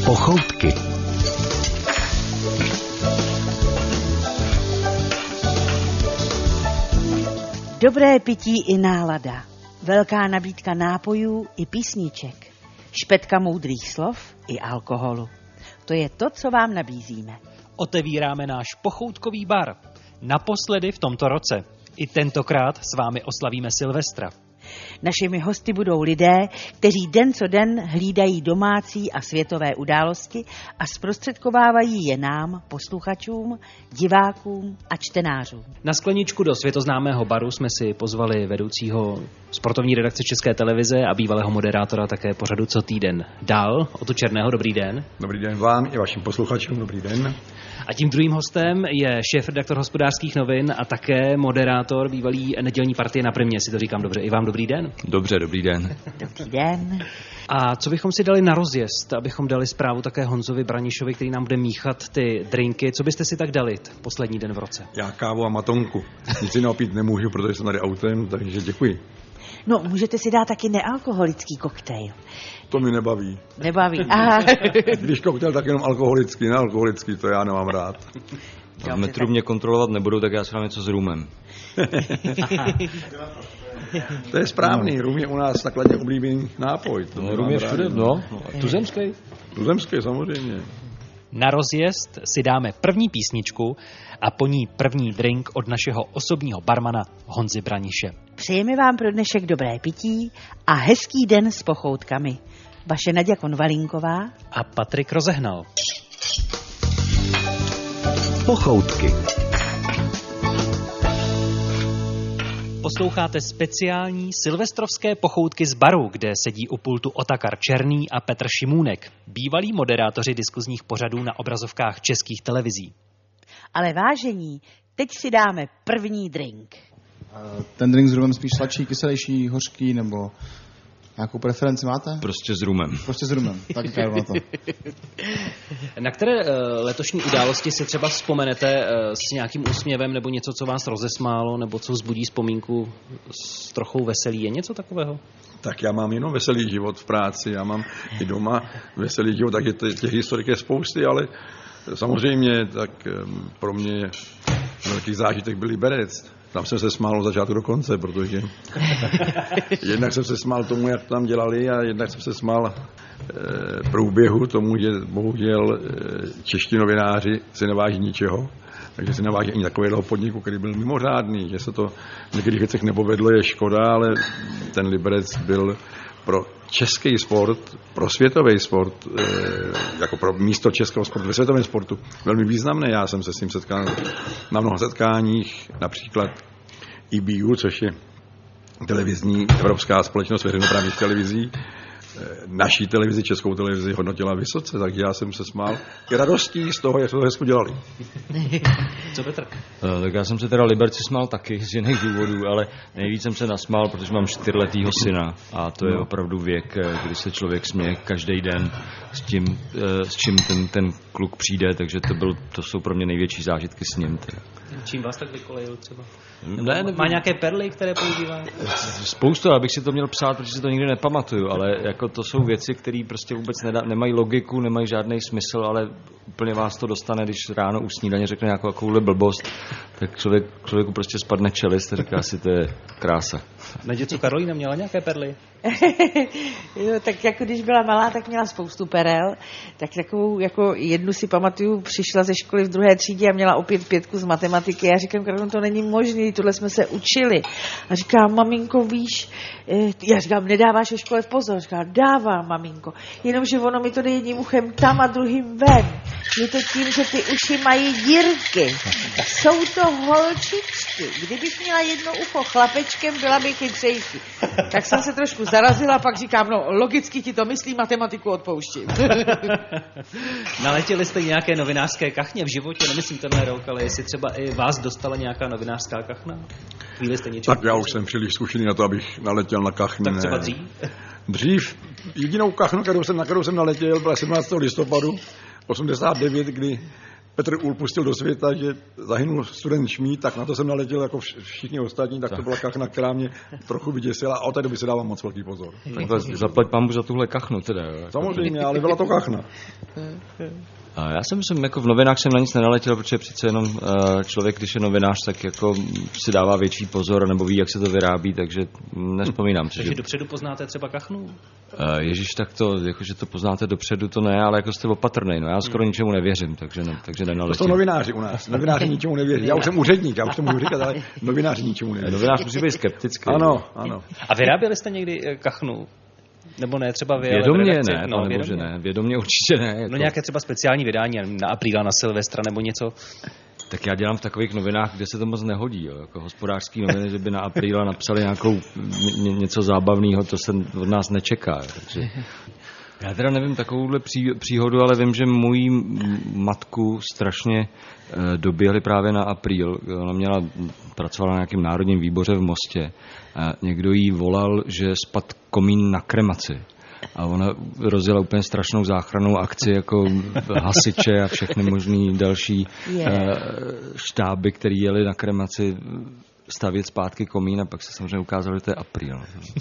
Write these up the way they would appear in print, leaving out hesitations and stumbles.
Pochoutky. Dobré pití i nálada. Velká nabídka nápojů i písniček. Špetka moudrých slov i alkoholu. To je to, co vám nabízíme. Otevíráme náš pochoutkový bar. Naposledy v tomto roce. I tentokrát s vámi oslavíme Silvestra. Našimi hosty budou lidé, kteří den co den hlídají domácí a světové události a zprostředkovávají je nám, posluchačům, divákům a čtenářům. Na skleničku do světoznámého baru jsme si pozvali vedoucího sportovní redakce České televize a bývalého moderátora také pořadu Co týden dál, Otu Černého. Dobrý den. Dobrý den vám i vašim posluchačům, dobrý den. A tím druhým hostem je šéfredaktor Hospodářských novin a také moderátor bývalý nedělní Partie na Primě, si to říkám dobře. I vám dobrý den. Dobře, dobrý den. Dobrý den. A co bychom si dali na rozjezd, abychom dali zprávu také Honzovi Branišovi, který nám bude míchat ty drinky. Co byste si tak dali poslední den v roce? Já kávu a matonku. Nic jiného pít nemůžu, protože jsem tady autem, takže děkuji. No, můžete si dát taky nealkoholický koktejl. To mi nebaví. Nebaví. Aha. Když koktejl, tak jenom alkoholický, nealkoholický, to já nemám rád. V metru mě kontrolovat nebudou, tak já si dám něco s rumem. To je správný, rum je u nás takhle oblíbený nápoj. Rum je všude, no. Tuzemský. Tuzemský, samozřejmě. Na rozjezd si dáme první písničku a po ní první drink od našeho osobního barmana Honzy Braniše. Přejeme vám pro dnešek dobré pití a hezký den s pochoutkami. Vaše Naďa Konvalinková A Patrik Rozehnal. Pochoutky. Posloucháte speciální silvestrovské pochoutky z baru, kde sedí u pultu Otakar Černý a Petr Šimůnek, bývalí moderátoři diskuzních pořadů na obrazovkách českých televizí. Ale vážení, teď si dáme první drink. Ten drink s rumem spíš sladší, kyselější, hořký, nebo nějakou preferenci máte? Prostě s rumem. Prostě s rumem, tak na to. Na které letošní události si třeba vzpomenete s nějakým úsměvem nebo něco, co vás rozesmálo, nebo co vzbudí vzpomínku s trochou veselí? Je něco takového? Tak já mám jenom veselý život v práci, já mám i doma veselý život, takže těch historik je spousty, ale samozřejmě tak pro mě velký zážitek byl Liberec. Tam jsem se smál od začátku do konce, protože jednak jsem se smál tomu, jak tam dělali, a jednak jsem se smál průběhu tomu, že bohužel čeští novináři si neváží ničeho, takže si neváží ani takového podniku, který byl mimořádný, že se to v některých věcech nepovedlo, je škoda, ale ten Liberec byl pro český sport, pro světový sport, jako pro místo českého sportu ve světovém sportu velmi významné. Já jsem se s tím setkal na mnoha setkáních, například IBU, což je televizní evropská společnost veřejnoprávních televizí, naší televizi, českou televizi hodnotila vysoce, takže já jsem se smál i radostí z toho, jak to hezku dělali. Co Petr? Tak já jsem se teda Liberci smál taky z jiných důvodů, ale nejvíc jsem se nasmál, protože mám 4letýho syna a to je opravdu věk, kdy se člověk směje každý den s čím ten kluk přijde, takže to jsou pro mě největší zážitky s ním. Teda. Čím vás tak vykolejil třeba? Ne, má nějaké perly, které používá? Spoustu, abych si to měl psát, protože si to nikdy nepamatuju, ale jako to jsou věci, které prostě vůbec nemají logiku, nemají žádný smysl, ale úplně vás to dostane, když ráno u snídaně řekne nějakou takovouhle blbost, tak člověku prostě spadne čelist a říká si, to je krása. Na děcu Karolína měla nějaké perly? Jo, tak jako když byla malá, tak měla spoustu perel, tak takovou jako jednu si pamatuju, přišla ze školy v 2. třídě a měla opět 5 z matematiky. Já říkám, Karolíno, to není možné, tohle jsme se učili. A říká, maminko, víš, já říkám, nedáváš ve škole pozor? Říká, dávám, maminko, jenomže ono mi to jde jedním uchem tam a druhým ven. Je to tím, že ty uši mají dírky. Jsou to holčičky. Kdybych měla jedno ucho chlapečkem, byla by chytřejší. Tak jsem se trošku zarazila, pak říkám, no logicky ti to myslí, matematiku odpouštím. Naletěli jste nějaké novinářské kachně v životě? Nemyslím tenhle rok, ale jestli třeba i vás dostala nějaká novinářská kachna? Chvíli jste něčeho... Tak já už jsem příliš zkušený na to, abych naletěl na kachny. Tak třeba dřív? Dřív. Jedinou kachnu, na kterou jsem naletěl, byla 17. listopadu 89, kdy Petr Uhl pustil do světa, že zahynul student Šmíd, tak na to jsem naletěl jako všichni ostatní, tak to byla kachna, která mě trochu vyděsila a od té doby se dávám moc velký pozor. Takhle zaplať pánbu za tuhle kachnu teda. Jo? Samozřejmě, ale byla to kachna. A já si myslím, jako v novinách jsem na nic nenaletěl, protože přece jenom člověk, když je novinář, tak jako si dává větší pozor nebo ví, jak se to vyrábí, takže nespomínám. Takže dopředu poznáte třeba kachnu? Ježíš, tak to, jakože to poznáte dopředu, to ne, ale jako jste opatrnej, no já skoro ničemu nevěřím, takže nenaletím. To jsou novináři u nás, novináři ničemu nevěří. Já už jsem úředník, já už to můžu říkat, ale novináři ničemu nevěří. Novinář musí být skeptický. Ano. A vyráběli jste někdy kachnu? Nebo ne, třeba vy, vědomě redakci, ne, no, nebo že ne, vědomě určitě ne. No nějaké třeba speciální vydání na Apríla, na Silvestra nebo něco? Tak já dělám v takových novinách, kde se to moc nehodí, jo. Jako hospodářský noviny, že by na Apríla napsali něco zábavného, to se od nás nečeká. Takže já teda nevím takovouhle příhodu, ale vím, že mojí matku strašně doběhli právě na Apríl. Ona pracovala na nějakém národním výboře v Mostě a někdo jí volal, že spadl komín na kremaci. A ona rozjela úplně strašnou záchrannou akci, jako hasiče a všechny možný další štáby, který jeli na kremaci stavět zpátky komín a pak se samozřejmě ukázalo, že to je Apríl.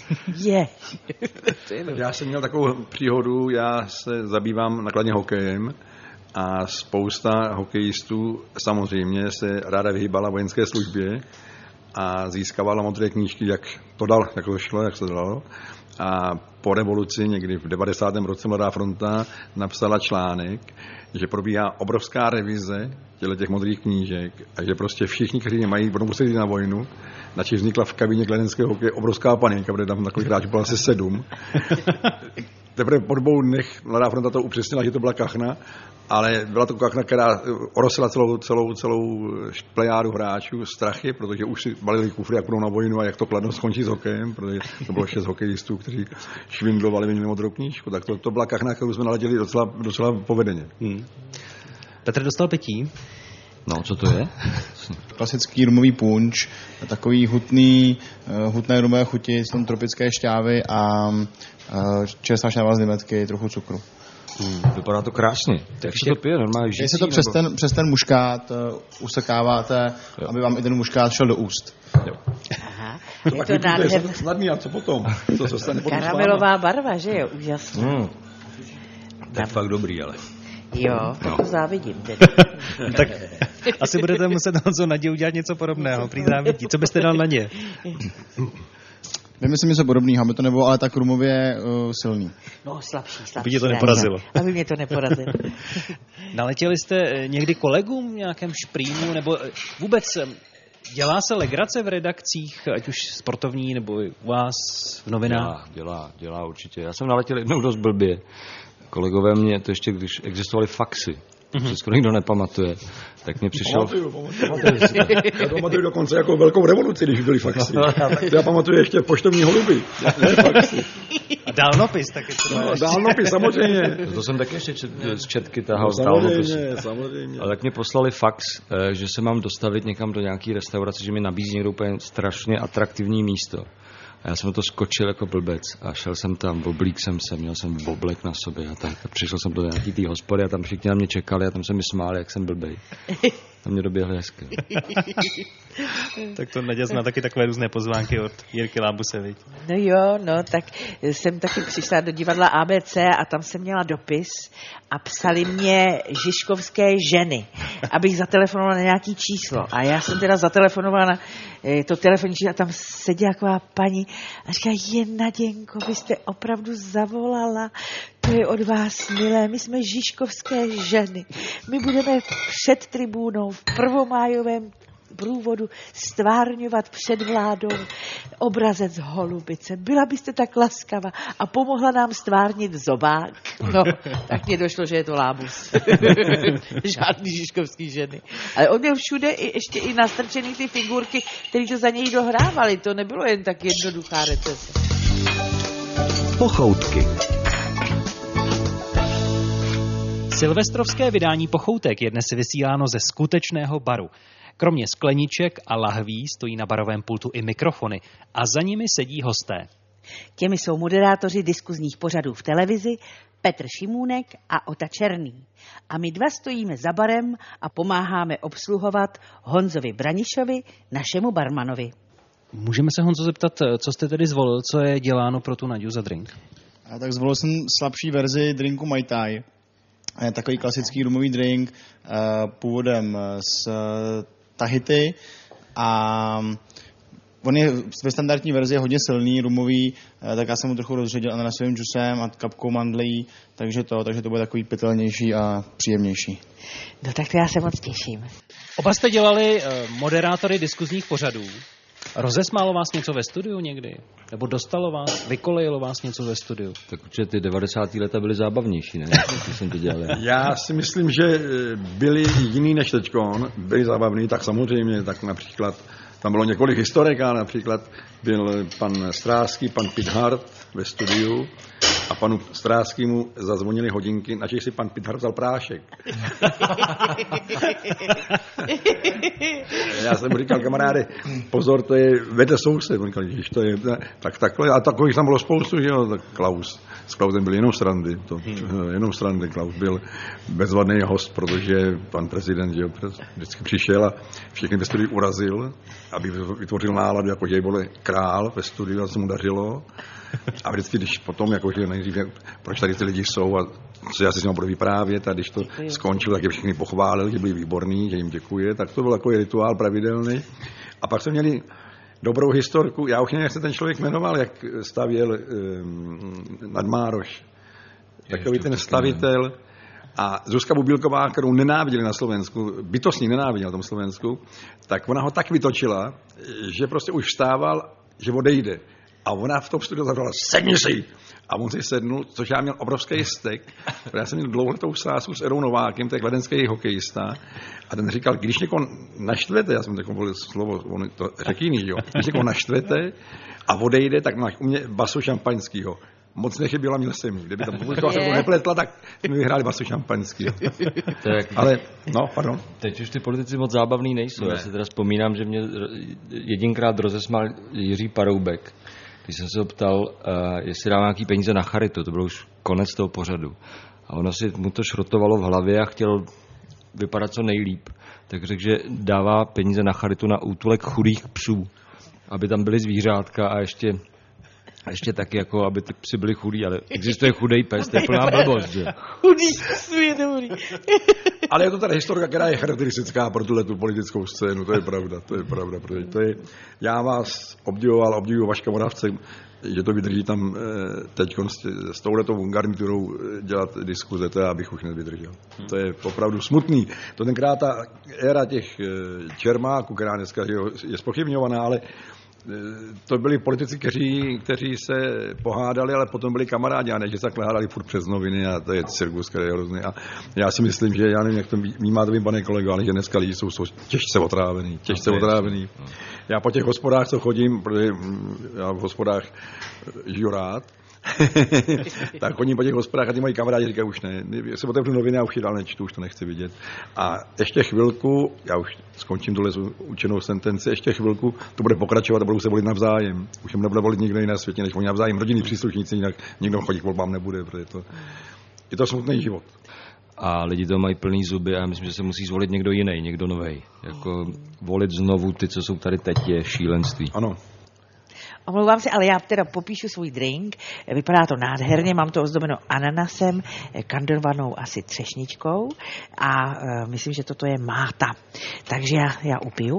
Já jsem měl takovou příhodu, já se zabývám nakladně hokejem a spousta hokejistů samozřejmě se ráda vyhýbala vojenské službě a získávala modré knížky, jak to šlo, jak se dalo. A po revoluci někdy v 90. roce Mladá fronta napsala článek, že probíhá obrovská revize těch modrých knížek a že prostě všichni, kteří je mají, budou muset jít na vojnu, načež vznikla v kabině kladenského hokeje obrovská panika, protože tam takových hráčů bylo asi 7. Teprve po 2 dnech Mladá fronta to upřesnila, že to byla kachna, ale byla to kachna, která orosila celou plejádu hráčů strachy, protože už si balili kufry, jak budou na vojnu a jak to Kladno skončí s hokejem, protože to bylo 6 hokejistů, kteří švindlovali, měli modrou knížku. Tak to byla kachna, kterou jsme naletěli docela povedeně. Petr dostal pití. No, co to je? Klasický rumový punč, takový hutné rumové chuti, jsou tam tropické šťávy a čerstvá šťáva z limetky, trochu cukru. Vypadá to krásně. Jak se to pije? Normálně žití? Jestli to přes ten muškát usekáváte, aby vám i ten muškát šel do úst. Jo. Aha. Je to nádherné. Snadný, a co potom? Co se stane potom? Karamelová barva, že jo? Úžasný. To je fakt dobrý, ale. Jo, to závidím tedy. Tak asi budete muset na Nadě udělat něco podobného, prý závidí. Co byste dal Nadě? Nemyslím něco podobného, aby to nebylo ale tak rumově silný. No, slabší. Aby tě to neporazilo. Aby mě to neporazilo. Naletěli jste někdy kolegům v nějakém šprýmu, nebo vůbec dělá se legrace v redakcích, ať už sportovní, nebo u vás v novinách? Dělá určitě. Já jsem naletěl jednou dost blbě. Kolegové mě, to ještě když existovaly faxy, to skoro nikdo nepamatuje, tak mě přišel... Já to pamatuju dokonce jako velkou revoluci, když byly faxy. Já pamatuju ještě poštovní holuby. A dálnopis taky. Dálnopis, samozřejmě. To jsem taky ještě z četky tahal. Samozřejmě. Ale tak mě poslali fax, že se mám dostavit někam do nějaký restaurace, že mi nabízí někdo úplně strašně atraktivní místo. A já jsem to skočil jako blbec a šel jsem tam, oblík jsem se, měl jsem oblek na sobě a tak. A přišel jsem do nějaký té hospody a tam všichni na mě čekali a tam se mi smáli, jak jsem blbej. Tam mě doběhli hezky. Tak to Naděja zná taky takové různé pozvánky od Jirky Lábuse, viď? No jo, tak jsem taky přišla do divadla ABC a tam jsem měla dopis a psali mě žižkovské ženy, abych zatelefonovala na nějaký číslo. A já jsem teda zatelefonovala na to telefonní číslo a tam seděla taková paní a říká, Naděnko, vy jste opravdu zavolala, to je od vás milé, my jsme žižkovské ženy. My budeme před tribúnou v prvomájovém průvodu stvárňovat před vládou obrazec Holubice. Byla byste tak laskava a pomohla nám stvárnit zobák. No, tak mně došlo, že je to Lábus. Žádný žižkovský ženy. Ale on měl všude ještě i nastrčený ty figurky, které to za něj dohrávali. To nebylo jen tak jednoduchá recese. Pochoutky. Silvestrovské vydání Pochoutek je dnes vysíláno ze skutečného baru. Kromě skleniček a lahví stojí na barovém pultu i mikrofony a za nimi sedí hosté. Těmi jsou moderátoři diskuzních pořadů v televizi, Petr Šimůnek a Ota Černý. A my dva stojíme za barem a pomáháme obsluhovat Honzovi Branišovi, našemu barmanovi. Můžeme se, Honzo, zeptat, co jste tedy zvolil, co je děláno pro tu Naďu za drink? A tak zvolil jsem slabší verzi drinku Mai Tai. Je takový klasický rumový drink původem z Tahiti a on je ve standardní verzi hodně silný, rumový, tak já jsem ho trochu rozředil ananasovým džusem a kapkou mandlí, takže to bude takový pitelnější a příjemnější. No tak to já se moc těším. Oba jste dělali moderátory diskuzních pořadů. Rozesmálo vás něco ve studiu někdy? Nebo dostalo vás, vykolejilo vás něco ve studiu? Tak určitě ty 90. leta byly zábavnější, ne? Když jsem to dělal. Já si myslím, že byli jiný než teďkon, byli zábavní, tak samozřejmě, tak například tam bylo několik historek, a například byl pan Stráský, pan Pithart ve studiu a panu Stráskému zazvonily hodinky, načež si pan Pithart vzal prášek. Já jsem mu říkal, kamaráde, pozor, to je vedle soused. On říkal, že to je tak takhle. A takových tam bylo spoustu, že jo, tak Klaus. S Klausem byl jenom srandy. Jenom srandy. Klaus byl bezvadný host, protože pan prezident, že jo, vždycky přišel a všechny ve studiu urazil, aby vytvořil náladu, jako že byl král ve studiu a se mu dařilo. A vždycky, když potom, jakože nejdřív, proč tady ty lidi jsou a co já si s ním budu vyprávět, a když to skončil, tak je všechny pochválil, že byli výborní, že jim děkuje, tak to byl takový rituál pravidelný. A pak jsme měli dobrou historku, já už nevím, jak se ten člověk jmenoval, jak stavěl Nadmároš. Takový ten stavitel. A Zuzka Bubilková, kterou nenáviděli na Slovensku, bytostně nenáviděla na tom Slovensku, tak ona ho tak vytočila, že prostě už vstával, že odejde. A ona v tom studiu zavolala, sedni si! A on si sednul, což já měl obrovský stek. Já jsem měl dlouholetou sásku s Erou Novákem, to je kladenský hokejista. A ten říkal, když někoho naštvete, já jsem takový slovo, on to řekl jiný, jo. Když někoho naštvete a odejde, tak máš u mě basu šampaňskýho. Moc nechyběla, měl jsem jí. Kdyby tam publika se to nepletla, tak jsme vyhráli basu šampaňskýho. Ale, no, pardon. Teď už ty politici moc zábavný nejsou. Ne. Já si teda vzpomínám, že mě jedinkrát rozesmál Jiří Paroubek, když jsem se ho ptal, jestli dá nějaký peníze na charitu, to bylo už konec toho pořadu. A ono si mu to šrotovalo v hlavě a chtěl vypadat co nejlíp. Tak řekl, že dává peníze na charitu na útulek chudých psů, aby tam byly zvířátka a ještě taky, jako, aby ty psi byli chudí, ale existuje chudej pes, to je plná blbost, že? Chudý psů je dobrý. Ale je to tady historka, která je charakteristická pro tu politickou scénu, to je pravda, protože to je, já vás obdivoval Vaška Moravce, že to vydrží tam teď s touhletou garniturou dělat diskuze, to já bych už nevydržel. To je opravdu smutný. To tenkrát ta éra těch Čermáků, která dneska je zpochybňovaná, ale to byli politici, kteří se pohádali, ale potom byli kamarádi, a ne, že se takhle hádali furt přes noviny, a to je cirkus, který je hrozný. A já si myslím, že já nevím, jak to vnímáte vy, pane kolego, ale že dneska lidi jsou těžce otrávený. Já po těch hospodách, co chodím, protože já v hospodách žiju rád, tak chodím po těch hospodách a ty moji kamarádi říkají, už ne, já se otevřu noviny a už je dál nečtu, už to nechci vidět. A ještě chvilku, já už skončím tuhle učenou sentenci, ještě chvilku to bude pokračovat a budou se volit navzájem. Už jim nebude volit nikdo jiný na světě, než oni navzájem, rodinní příslušníci, jinak nikdo chodit k volbám nebude, protože je to smutný život. A lidi to mají plný zuby a já myslím, že se musí zvolit někdo jiný, někdo novej. Jako volit znovu ty, co jsou tady teď, je šílenství. Ano. Omlouvám se, ale já teda popíšu svůj drink. Vypadá to nádherně, mám to ozdobeno ananasem, kandrovanou asi třešničkou a myslím, že toto je máta. Takže já upiju.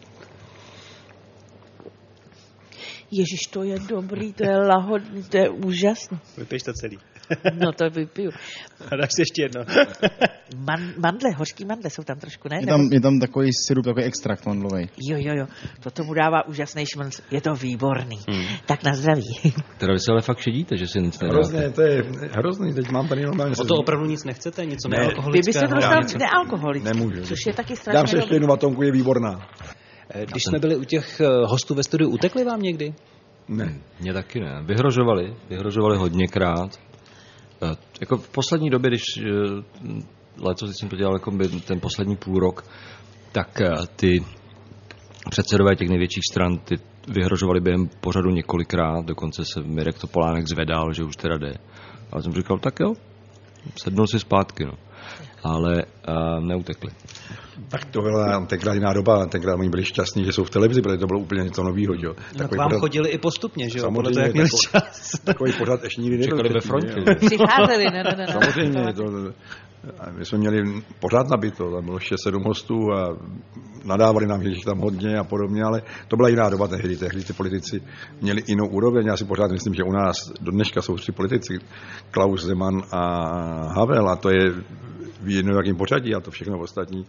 Ježiš, to je dobrý, to je lahodný, to je úžasný. Vypiješ to celý. No to vypiju. A dáš si ještě jedno. Mandle, hořký mandle jsou tam trošku, ne? Je tam takový sirup, takový extrakt mandlovej. Jo, to tomu dává úžasný šmrnc, je to výborný. Tak na zdraví. Teda vy se ale fakt šedíte, že si nic nedáte. Hrozně, to je hrozný, teď mám tady normálně. O to opravdu nic nechcete? Něco ne, nealkoholického? Vy byste to dostal nealkoholický, Nemůžu. což je taky strašně dám si ještě jednu vatonku, je výborná. Když jsme byli u těch hostů ve studiu, utekli vám někdy? Ne. Mně taky ne. Vyhrožovali hodněkrát. Jako v poslední době, když letos jsem to dělal jako ten poslední půl rok, tak ty předsedové těch největších stran ty vyhrožovali během pořadu několikrát, dokonce se Mirek Topolánek zvedal, že už teda jde. Ale jsem říkal, tak jo, sednul si zpátky, no. Ale neutekli. Tak to byla tenkrát jiná doba, tenkrát oni byli šťastní, že jsou v televizi, protože to bylo úplně něco nového. No, k vám chodili i postupně, že jo? Podle toho, jak měli čas. Takový pořád ještě nikdy nebyl. Čekali ve frontě. Přicházeli, Samozřejmě, my jsme měli pořád nabito, tam bylo 6-7 hostů a nadávali nám, že jich tam hodně a podobně, ale to byla jiná doba tehdy ty politici měli jinou úroveň. Já si pořád myslím, že u nás do dneška jsou 3 politici, Klaus, Zeman a Havel, a to je v jednojakém pořadí a to všechno ostatní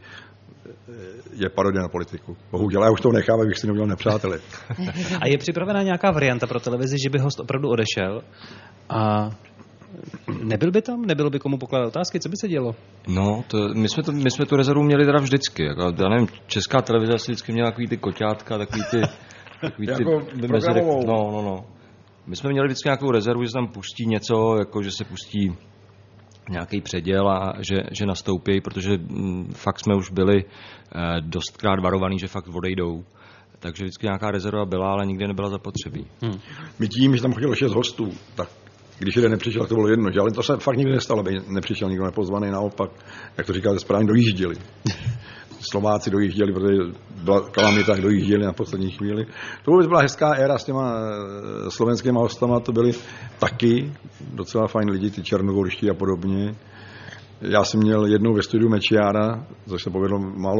je parodie na politiku. Bohužel, já už to nechám, abych si neudělal nepřátele. A je připravená nějaká varianta pro televizi, že by host opravdu odešel a nebyl by tam? Nebylo by komu pokládat otázky? Co by se dělo? No, my jsme tu rezervu měli teda vždycky. Jako, já nevím, Česká televize asi vždycky měla takový ty koťátka, takový ty jako programovou. No. My jsme měli vždycky nějakou rezervu, že se tam pustí něco, jako že se pustí nějaký předěl a že nastoupí, protože fakt jsme už byli dostkrát varovaní, že fakt odejdou. Takže vždycky nějaká rezerva byla, ale nikdy nebyla zapotřebí. My tím, že tam chodilo 6 hostů, tak když jeden nepřišel, tak to bylo jedno, že? Ale to se fakt nikdy nestalo, aby nepřišel nikdo nepozvaný, naopak, jak to říkáte správně, dojížděli. Slováci dojížděli, protože byla kalamita, tak dojížděli na poslední chvíli. To vůbec byla hezká éra s těma slovenskýma hostama, to byli taky docela fajn lidi, ty černogorští a podobně. Já jsem měl jednou ve studiu Mečiára, což se povedlo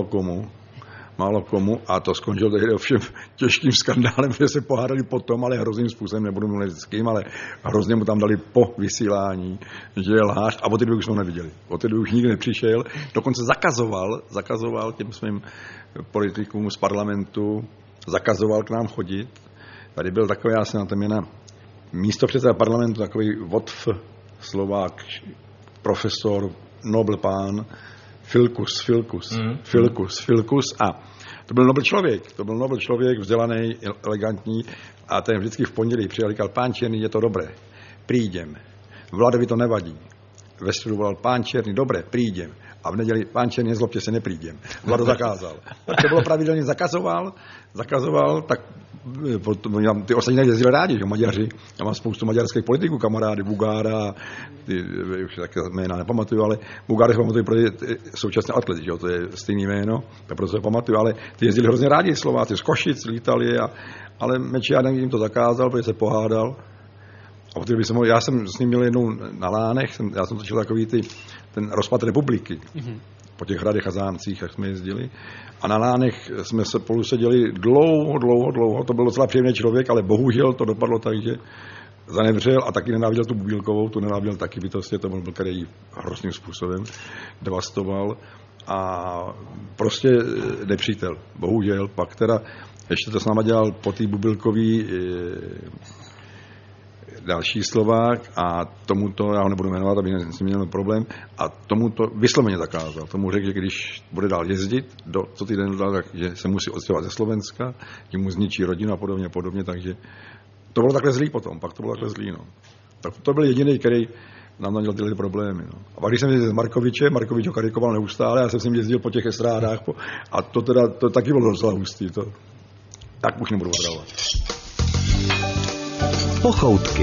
málo komu a to skončilo tehdy ovšem těžkým skandálem, že se pohádali potom, ale hrozným způsobem, nebudu mluvit s kým, ale hrozně mu tam dali po vysílání, že je lhář a od té doby už jsme ho neviděli. Od té doby už nikdy nepřišel, dokonce zakazoval těm svým politikům z parlamentu, zakazoval k nám chodit. Tady byl takový, já se na to jména, místopředseda parlamentu, takový Votf, Slovák, profesor, nobl pán, Filkus a to byl nobl člověk, vzdělaný, elegantní a ten vždycky v pondělí přijel a říkal, pán Černý, je to dobré, prídem. Vladovi to nevadí. Ve středu volal, pán Černý, dobré, prídem. A v neděli, pán Černý, nezlobte se, neprídem. Vlado zakázal. Tak to bylo pravidelně zakazoval, tak ty ostatní jezdili rádi, že Maďaři. Já mám spoustu maďarských politiků, kamarády, Bugára, už také jména nepamatuju, ale Bugáry se pamatuju, protože současně atleti, že jo, to je stejný jméno, tak proto se pamatuju, ale ty jezdili hrozně rádi Slováci, z Košic lítali, ale Mečiar jim to zakázal, protože se pohádal. A já jsem s ním měl jednou na Lánech, já jsem točil takový ten rozpad republiky. Po těch hradech a zámcích, jak jsme jezdili. A na Lánech jsme se spolu seděli dlouho. To byl docela příjemný člověk, ale bohužel to dopadlo tak, že zanevřel a taky nenáviděl tu Bubílkovou, tu nenáviděl taky bytostně, to byl, který ji hrozným způsobem devastoval. A prostě nepřítel, bohužel. Pak teda ještě to s náma dělal po té Bubílkový další Slovák a tomuto, já ho nebudu jmenovat, aby s ním měl problém, a tomu to vysloveně zakázal. Tomu řekl, že když bude dál jezdit, co týden dál, že se musí odstěhovat ze Slovenska, že mu zničí rodinu a podobně, takže to bylo takhle zlý potom, pak to bylo takhle zlý, no. Tak to byl jediný, který nám tam dělal tyhle problémy, no. A pak když jsem jezdil s Markovič ho karikoval neustále, já jsem s ním jezdil po těch estrádách a to taky bylo docela hustý, to tak už nebudu oddávat. Pochoutky.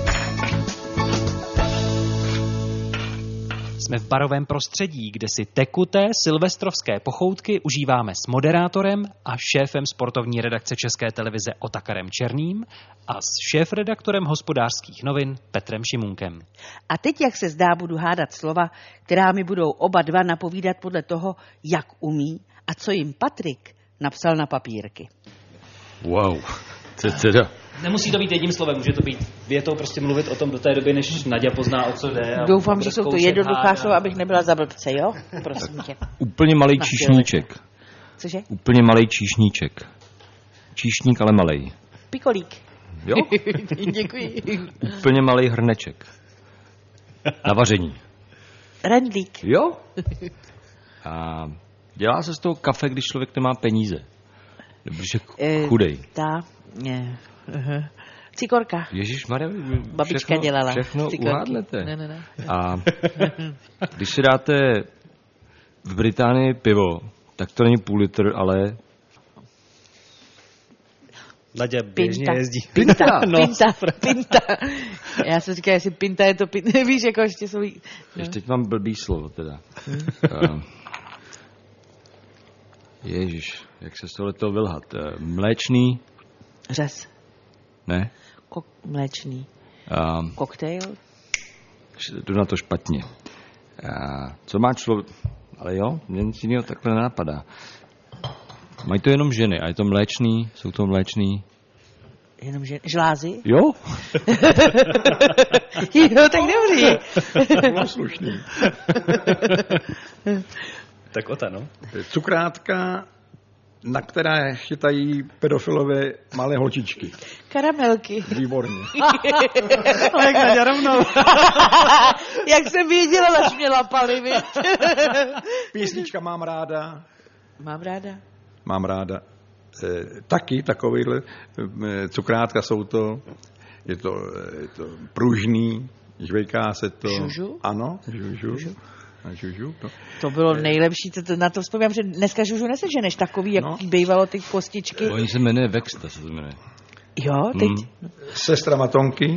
Jsme v barovém prostředí, kde si tekuté silvestrovské pochoutky užíváme s moderátorem a šéfem sportovní redakce České televize Otakarem Černým a s šéfredaktorem Hospodářských novin Petrem Šimunkem. A teď, jak se zdá, budu hádat slova, která mi budou oba dva napovídat podle toho, jak umí a co jim Patrik napsal na papírky. Wow, teda. Nemusí to být jedním slovem, může to být větou, prostě mluvit o tom do té doby, než Naďa pozná, o co jde. Doufám, že jsou to jednoduchá slova, abych nebyla za blbce, jo? Prosím tě. Úplně malej číšníček. Cože? Úplně malej číšníček. Číšník, ale malej. Pikolík. Jo? Děkuji. Úplně malej hrneček. Na vaření. Rendlík. Jo? A dělá se z toho kafe, když člověk nemá peníze. Když je chudej. Cikorka. Ježišmarja, babička dělala. Všechno cikorky. uhádnete. Ne. A když si dáte v Británii pivo, tak to není půl litr, ale Ladě běžně jezdí. Pinta. No, Pinta. Já jsem říkal, jestli pinta je to pinta. Víš, jako ještě jsou... Ještě teď mám blbý slovo teda. Ježíš, jak se z tohleto vylhat. Mléčný? Řez. Ne? Mléčný. Koktejl? Jdu na to špatně. Co má člověk... Ale jo, mě nic jiného takhle nenapadá. Mají to jenom ženy a je to mléčný, jsou to mléčný. Jenom žlázy? Jo? Jo, tak dobrý. No, slušný. Tak ota, no. Cukrátka, na které chytají pedofilové malé holčičky. Karamelky. Výborně. Ale jak Naďa rovnou. Jak jsem věděla, až mě lapali, víš? Písnička Mám ráda. Mám ráda. Taky takovýhle cukrátka jsou to, je to pružný, žvejká se to. Žužu? Ano, žužu. A žužu. To bylo nejlepší, na to vzpomínám, že dneska žužu neseženeš takový, jak bývalo ty kostičky. Oni se jmenuje Vexta, se jmenuje. Jo, teď. Sestra Matonky.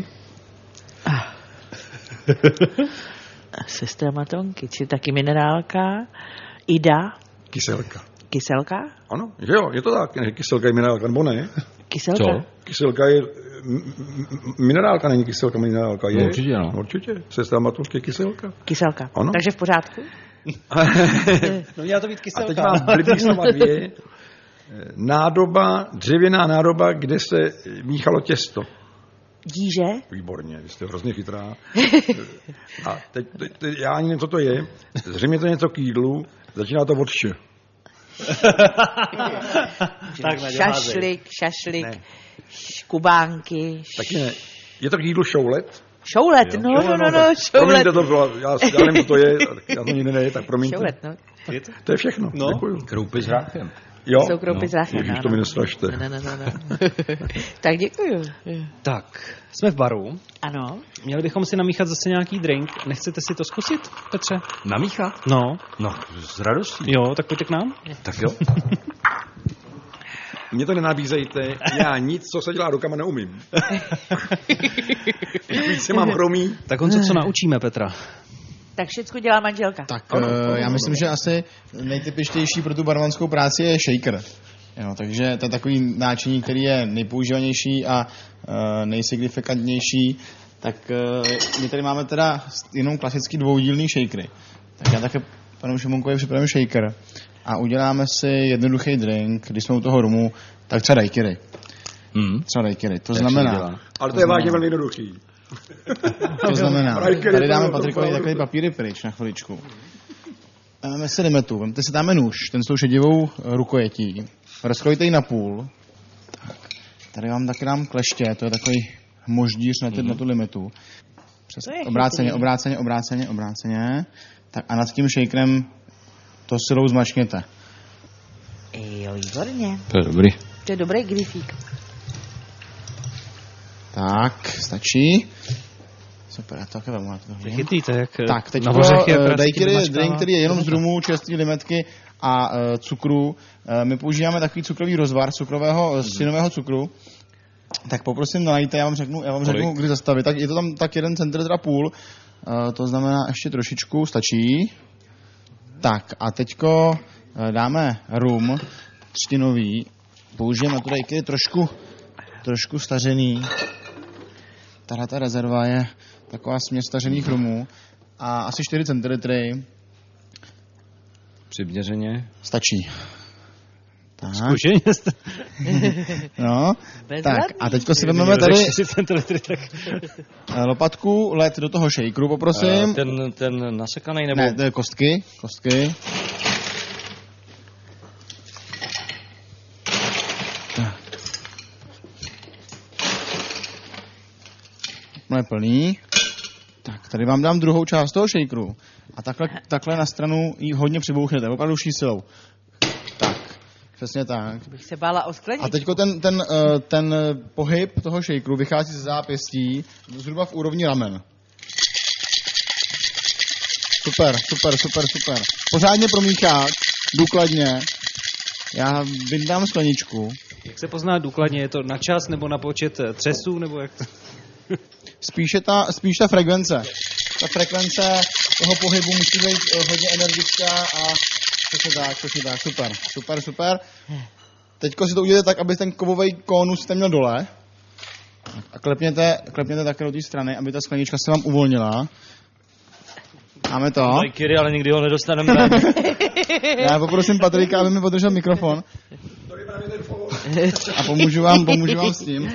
Sestra Matonky, či taky minerálka. Ida. Kyselka? Ano, že jo, je to tak. Kyselka je minerálka, nebo ne? Kyselka? Co? Kyselka je minerálka, není kyselka, minerálka je. No, určitě, no. Určitě. Sestra Matonky je kyselka. Ano. Takže v pořádku? No měla to být kyselka. A teď mám blbý slova 2. Nádoba, dřevěná nádoba, kde se míchalo těsto. Díže? Výborně, vy jste hrozně chytrá. A teď já ani nevím, co to je. Zřejmě to něco k jídlu, začíná to od š. Tak, šašlik, kubánky. Taky ne. Je to k jídlu šoulet? Šoulet, no, šoulet. Promiňte, to bylo, já nevím, co to je, já to nikdy neje, tak promiňte. Šoulet, no. To je všechno, no. Děkuju. Kroupy s hráchem. Jo? Jsou kroupy s hráchem, Ježiš, to mi nestrašte. No. Tak děkuju. Tak, jsme v baru. Ano. Měli bychom si namíchat zase nějaký drink. Nechcete si to zkusit, Petře? Namíchat? No. No, s radostí. Jo, tak pojďte k nám. Tak jo. Mně to nenabízejte, já nic, co se dělá rukama, neumím. Víc se mám chromí. Tak on co naučíme, Petra? Tak všecko dělá manželka. Tak já myslím, že asi nejtypičtější pro tu barmanskou práci je shaker. Jo, takže to je takový náčiní, který je nejpoužívanější a nejsignifikantnější. Tak my tady máme teda jenom klasický dvoudílný shakery. Tak já také panu Šimunkovi připravím shaker. A uděláme si jednoduchý drink, když jsme u toho rumu, tak třeba daiquiri. To znamená... Ale to je vážně velmi jednoduchý. To znamená, tady dáme Patrikovi takový papíry pryč na chviličku. Dáme si limetu, vemte si dáme nůž, ten s tou šedivou rukojetí. Rozkrojte ji na půl. Tak. Tady vám taky dám kleště, to je takový moždíř na tu limetu. Obráceně. Tak a nad tím shakerem to silou zmačkněte. Jo, výborně. To je dobrý. To je dobrý grifík. Tak, stačí. Super, já to také vemu na to. Chytrý, to jak tak, teď daiquiri je drink, který je jenom z rumu, čerství limetky a cukru. My používáme takový cukrový rozvar cukrového synového cukru. Tak poprosím, nalejte, já vám řeknu, kdy zastavit. Tak je to tam tak 1 centilitr a půl. To znamená ještě trošičku, stačí. Tak a teďko dáme rum třtinový. Použijeme to daiquiri trošku stařený. Tato rezerva je taková směs stařených rumů a asi 4 centilitry. Přiměřeně. Stačí. Tak. Zkušeně jste. No, tak a teďko si vezmeme tady lopatku let do toho shakeru, poprosím. Ten nasekaný nebo... Ne, to je kostky. Je plný. Tak, tady vám dám druhou část toho shakeru. A takhle na stranu ji hodně přibouchnete, opravdu vší silou. Tak, přesně tak. Bych se bála o skleničku. A teďko ten pohyb toho shakeru vychází ze zápěstí zhruba v úrovni ramen. Super. Pořádně promíchat, důkladně. Já vyndám skleničku. Jak se pozná důkladně, je to na čas nebo na počet třesů, nebo jak to? Spíš ta frekvence. Ta frekvence toho pohybu musí být hodně energická a přesně tak, super. Teďko si to uděláte tak, aby ten kovový kónus jste měl dole a klepněte také do té strany, aby ta sklenička se vám uvolnila. Máme to. Kiri, ale nikdy ho nedostaneme. Já poprosím Patrika, aby mi podržel mikrofon. A pomůžu vám s tím.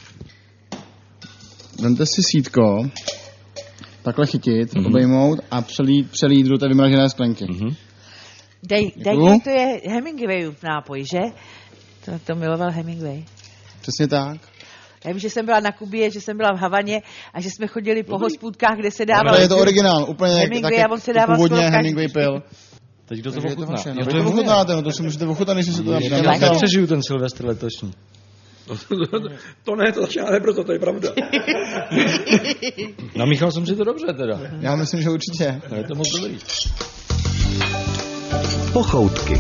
Vemte si sítko, takhle chytit, obejmout a přelít do té vymražené sklenky. Dej, to je Hemingwayův nápoj, že? To miloval Hemingway. Přesně tak. Já vím, že jsem byla na Kubě, že jsem byla v Havaně a že jsme chodili po hospůdkách, kde se dával... Ale je to originál, úplně Hemingway, a on se dával původně Hemingway pil. Teď kdo to ochutná? To ochutnáte, no to si můžete ochutnat, než si to tam Já přežiju ten Silvestr letošní. To ne, to začíná neproto, to je pravda. Namíchal jsem si to dobře teda. Já myslím, že určitě. Je to moc dobrý. Pochoutky.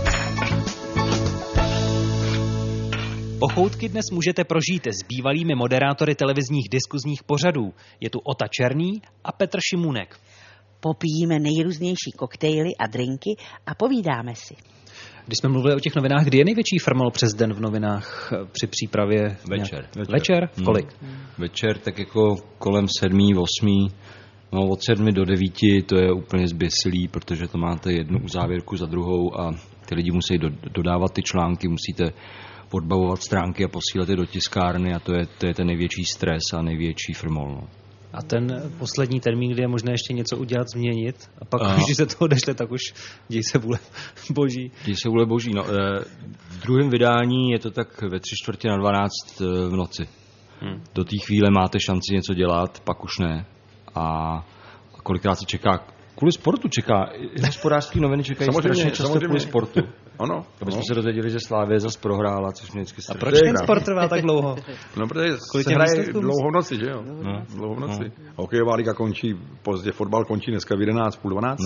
Pochoutky dnes můžete prožít s bývalými moderátory televizních diskuzních pořadů. Je tu Ota Černý a Petr Šimůnek. Popijíme nejrůznější koktejly a drinky a povídáme si. Když jsme mluvili o těch novinách, kdy je největší frmol přes den v novinách při přípravě? Večer? V kolik? Večer tak jako kolem 7, 8. No od 7 do 9 to je úplně zběsilý, protože to máte jednu uzávěrku za druhou a ty lidi musí dodávat ty články, musíte odbavovat stránky a posílat je do tiskárny a to je ten největší stres a největší frmol. No. A ten poslední termín, kdy je možné ještě něco udělat, změnit a pak když se to odešle, tak už děj se vůle boží. Děj se vůle boží. No, v druhém vydání je to tak ve 11:45 v noci. Do té chvíle máte šanci něco dělat, pak už ne. A kolikrát se čeká, kvůli sportu čeká, i hospodářský noviny čekají strašně často kvůli sportu. Ano. Aby jsme se dozvěděli, že Slavia zase prohrála, což mě vždycky A proč ten sport trvá tak dlouho? No, protože se hraje dlouho v noci, že jo? Dlouho v noci. Hokejová liga končí pozdě, fotbal končí dneska v 11, půl 12.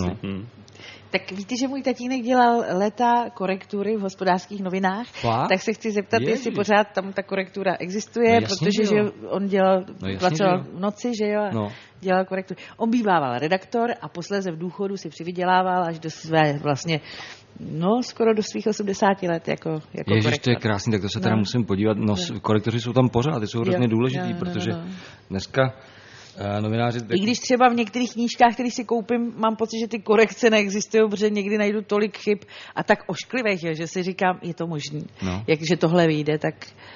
Tak víte, že můj tatínek dělal léta korektury v hospodářských novinách, tak se chci zeptat, jestli pořád tam ta korektura existuje, protože že on pracoval v noci, že jo? Dělal korekturu. On bývával redaktor a posléze v důchodu si přivydělával až do své vlastně skoro do svých 80 let jako Ježiš, korektor. to je krásný, tak to se teda musím podívat. Korektoři jsou tam pořád, ty jsou hrozně důležitý, protože dneska novináři... I když třeba v některých knížkách, které si koupím, mám pocit, že ty korekce neexistují, protože někdy najdu tolik chyb a tak ošklivých, že si říkám, je to možný. Že tohle vyjde, tak...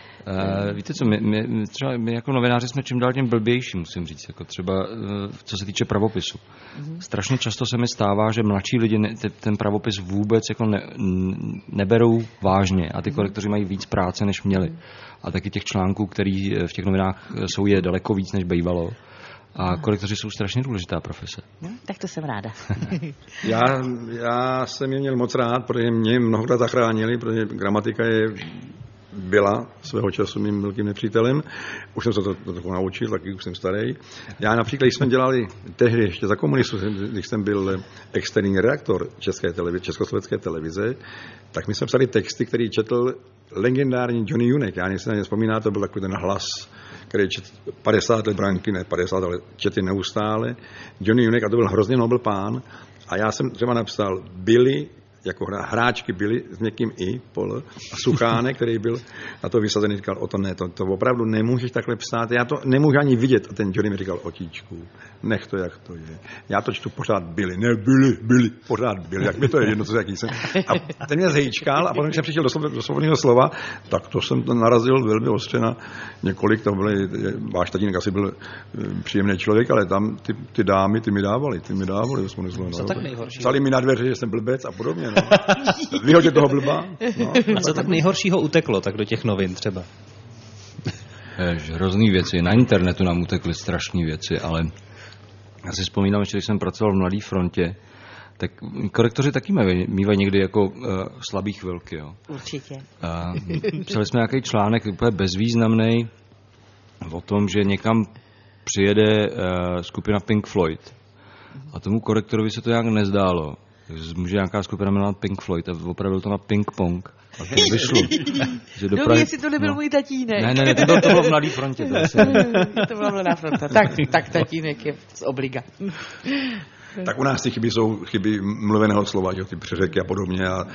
Víte co, my jako novináři jsme čím dál tím blbější, musím říct, jako třeba co se týče pravopisu. Strašně často se mi stává, že mladší lidi ten pravopis vůbec jako neberou vážně a ty korektoři mají víc práce, než měli. A taky těch článků, který v těch novinách jsou, je daleko víc, než bývalo. A korektoři jsou strašně důležitá profese. Tak to jsem ráda. Já jsem je měl moc rád, protože mě mnohokrát zachránili, protože gramatika byla svého času mým velkým nepřítelem. Už jsem se to naučil, taky už jsem starý. Já například, když jsme dělali tehdy ještě za komunistů, když jsem byl externí redaktor československé televize, tak my jsme psali texty, který četl legendární Johnny Junek. Já si na ně vzpomínám, to byl takový ten hlas, který četl 50 let branky, ne 50, ale četl neustále. Johnny Junek, a to byl hrozně nobel pán. A já jsem třeba napsal Billy, jako hráčky byly s někým i pol a Suchánek, který byl na to vysazený, říkal, o to ne, to opravdu nemůžeš takhle psát, já to nemůžu ani vidět. A ten Johnny mi říkal, otíčku, nech to, jak to je. Já to čtu pořád byli, pořád byli, jak mi to je jedno, co jaký jsem. A ten mě zhejčkal a potom, když jsem přišel do svobodného slova, tak to jsem narazil velmi ostře na několik, to byly, váš tatínek asi byl příjemný člověk, ale tam ty dámy, ty mi dávali Co tak nejhorší? Psali mi na dveře, že jsem blbec a podobně. Vyhodě toho blba. A co tak nejhoršího uteklo, tak do těch novin třeba? Hrozný věci. Na internetu nám utekly strašné věci, ale já si vzpomínám, že když jsem pracoval v Mladé frontě, tak korektoři taky mývají někdy jako slabý chvilky. Jo. Určitě. Psali jsme nějaký článek úplně bezvýznamný o tom, že někam přijede skupina Pink Floyd. A tomu korektorovi se to nějak nezdálo. může nějaká skupina jmenovat Pink Floyd a opravdu to na Ping Pong. A to vyšlo. No, jestli to nebyl můj tatínek. Ne, to bylo v Mladý frontě. To byla Mladá fronta. Tak tatínek je z obliga. Tak u nás ty chyby jsou chyby mluveného slova, že ty přeřeky a podobně. A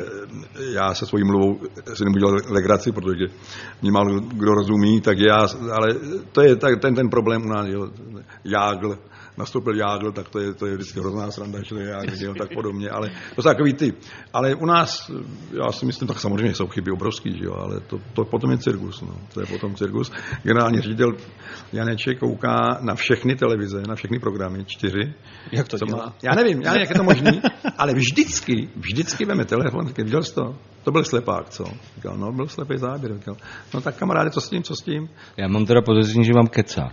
já se svojí mluvou si nemůžu dělat legraci, protože mě málo kdo rozumí, tak ale to je ten problém u nás, jo. Jágl, nastoupil Jágl, tak to je vždycky hrozná sranda, že Jágl, tak podobně, ale to jsou takový ty. Ale u nás, já si myslím, tak samozřejmě jsou chyby obrovský, že jo, ale to potom je cirkus, no. To je potom cirkus. Generální ředitel Janeček kouká na všechny televize, na všechny programy, 4. Jak to dělá? Já nevím, jak je to možný, ale vždycky veme telefon, říkal, viděl jsi to? To byl slepák, co? Říkal, no, byl slepý záběr. Říkal, no tak kamaráde, co s tím? Já mám teda podezření, že vám kecá.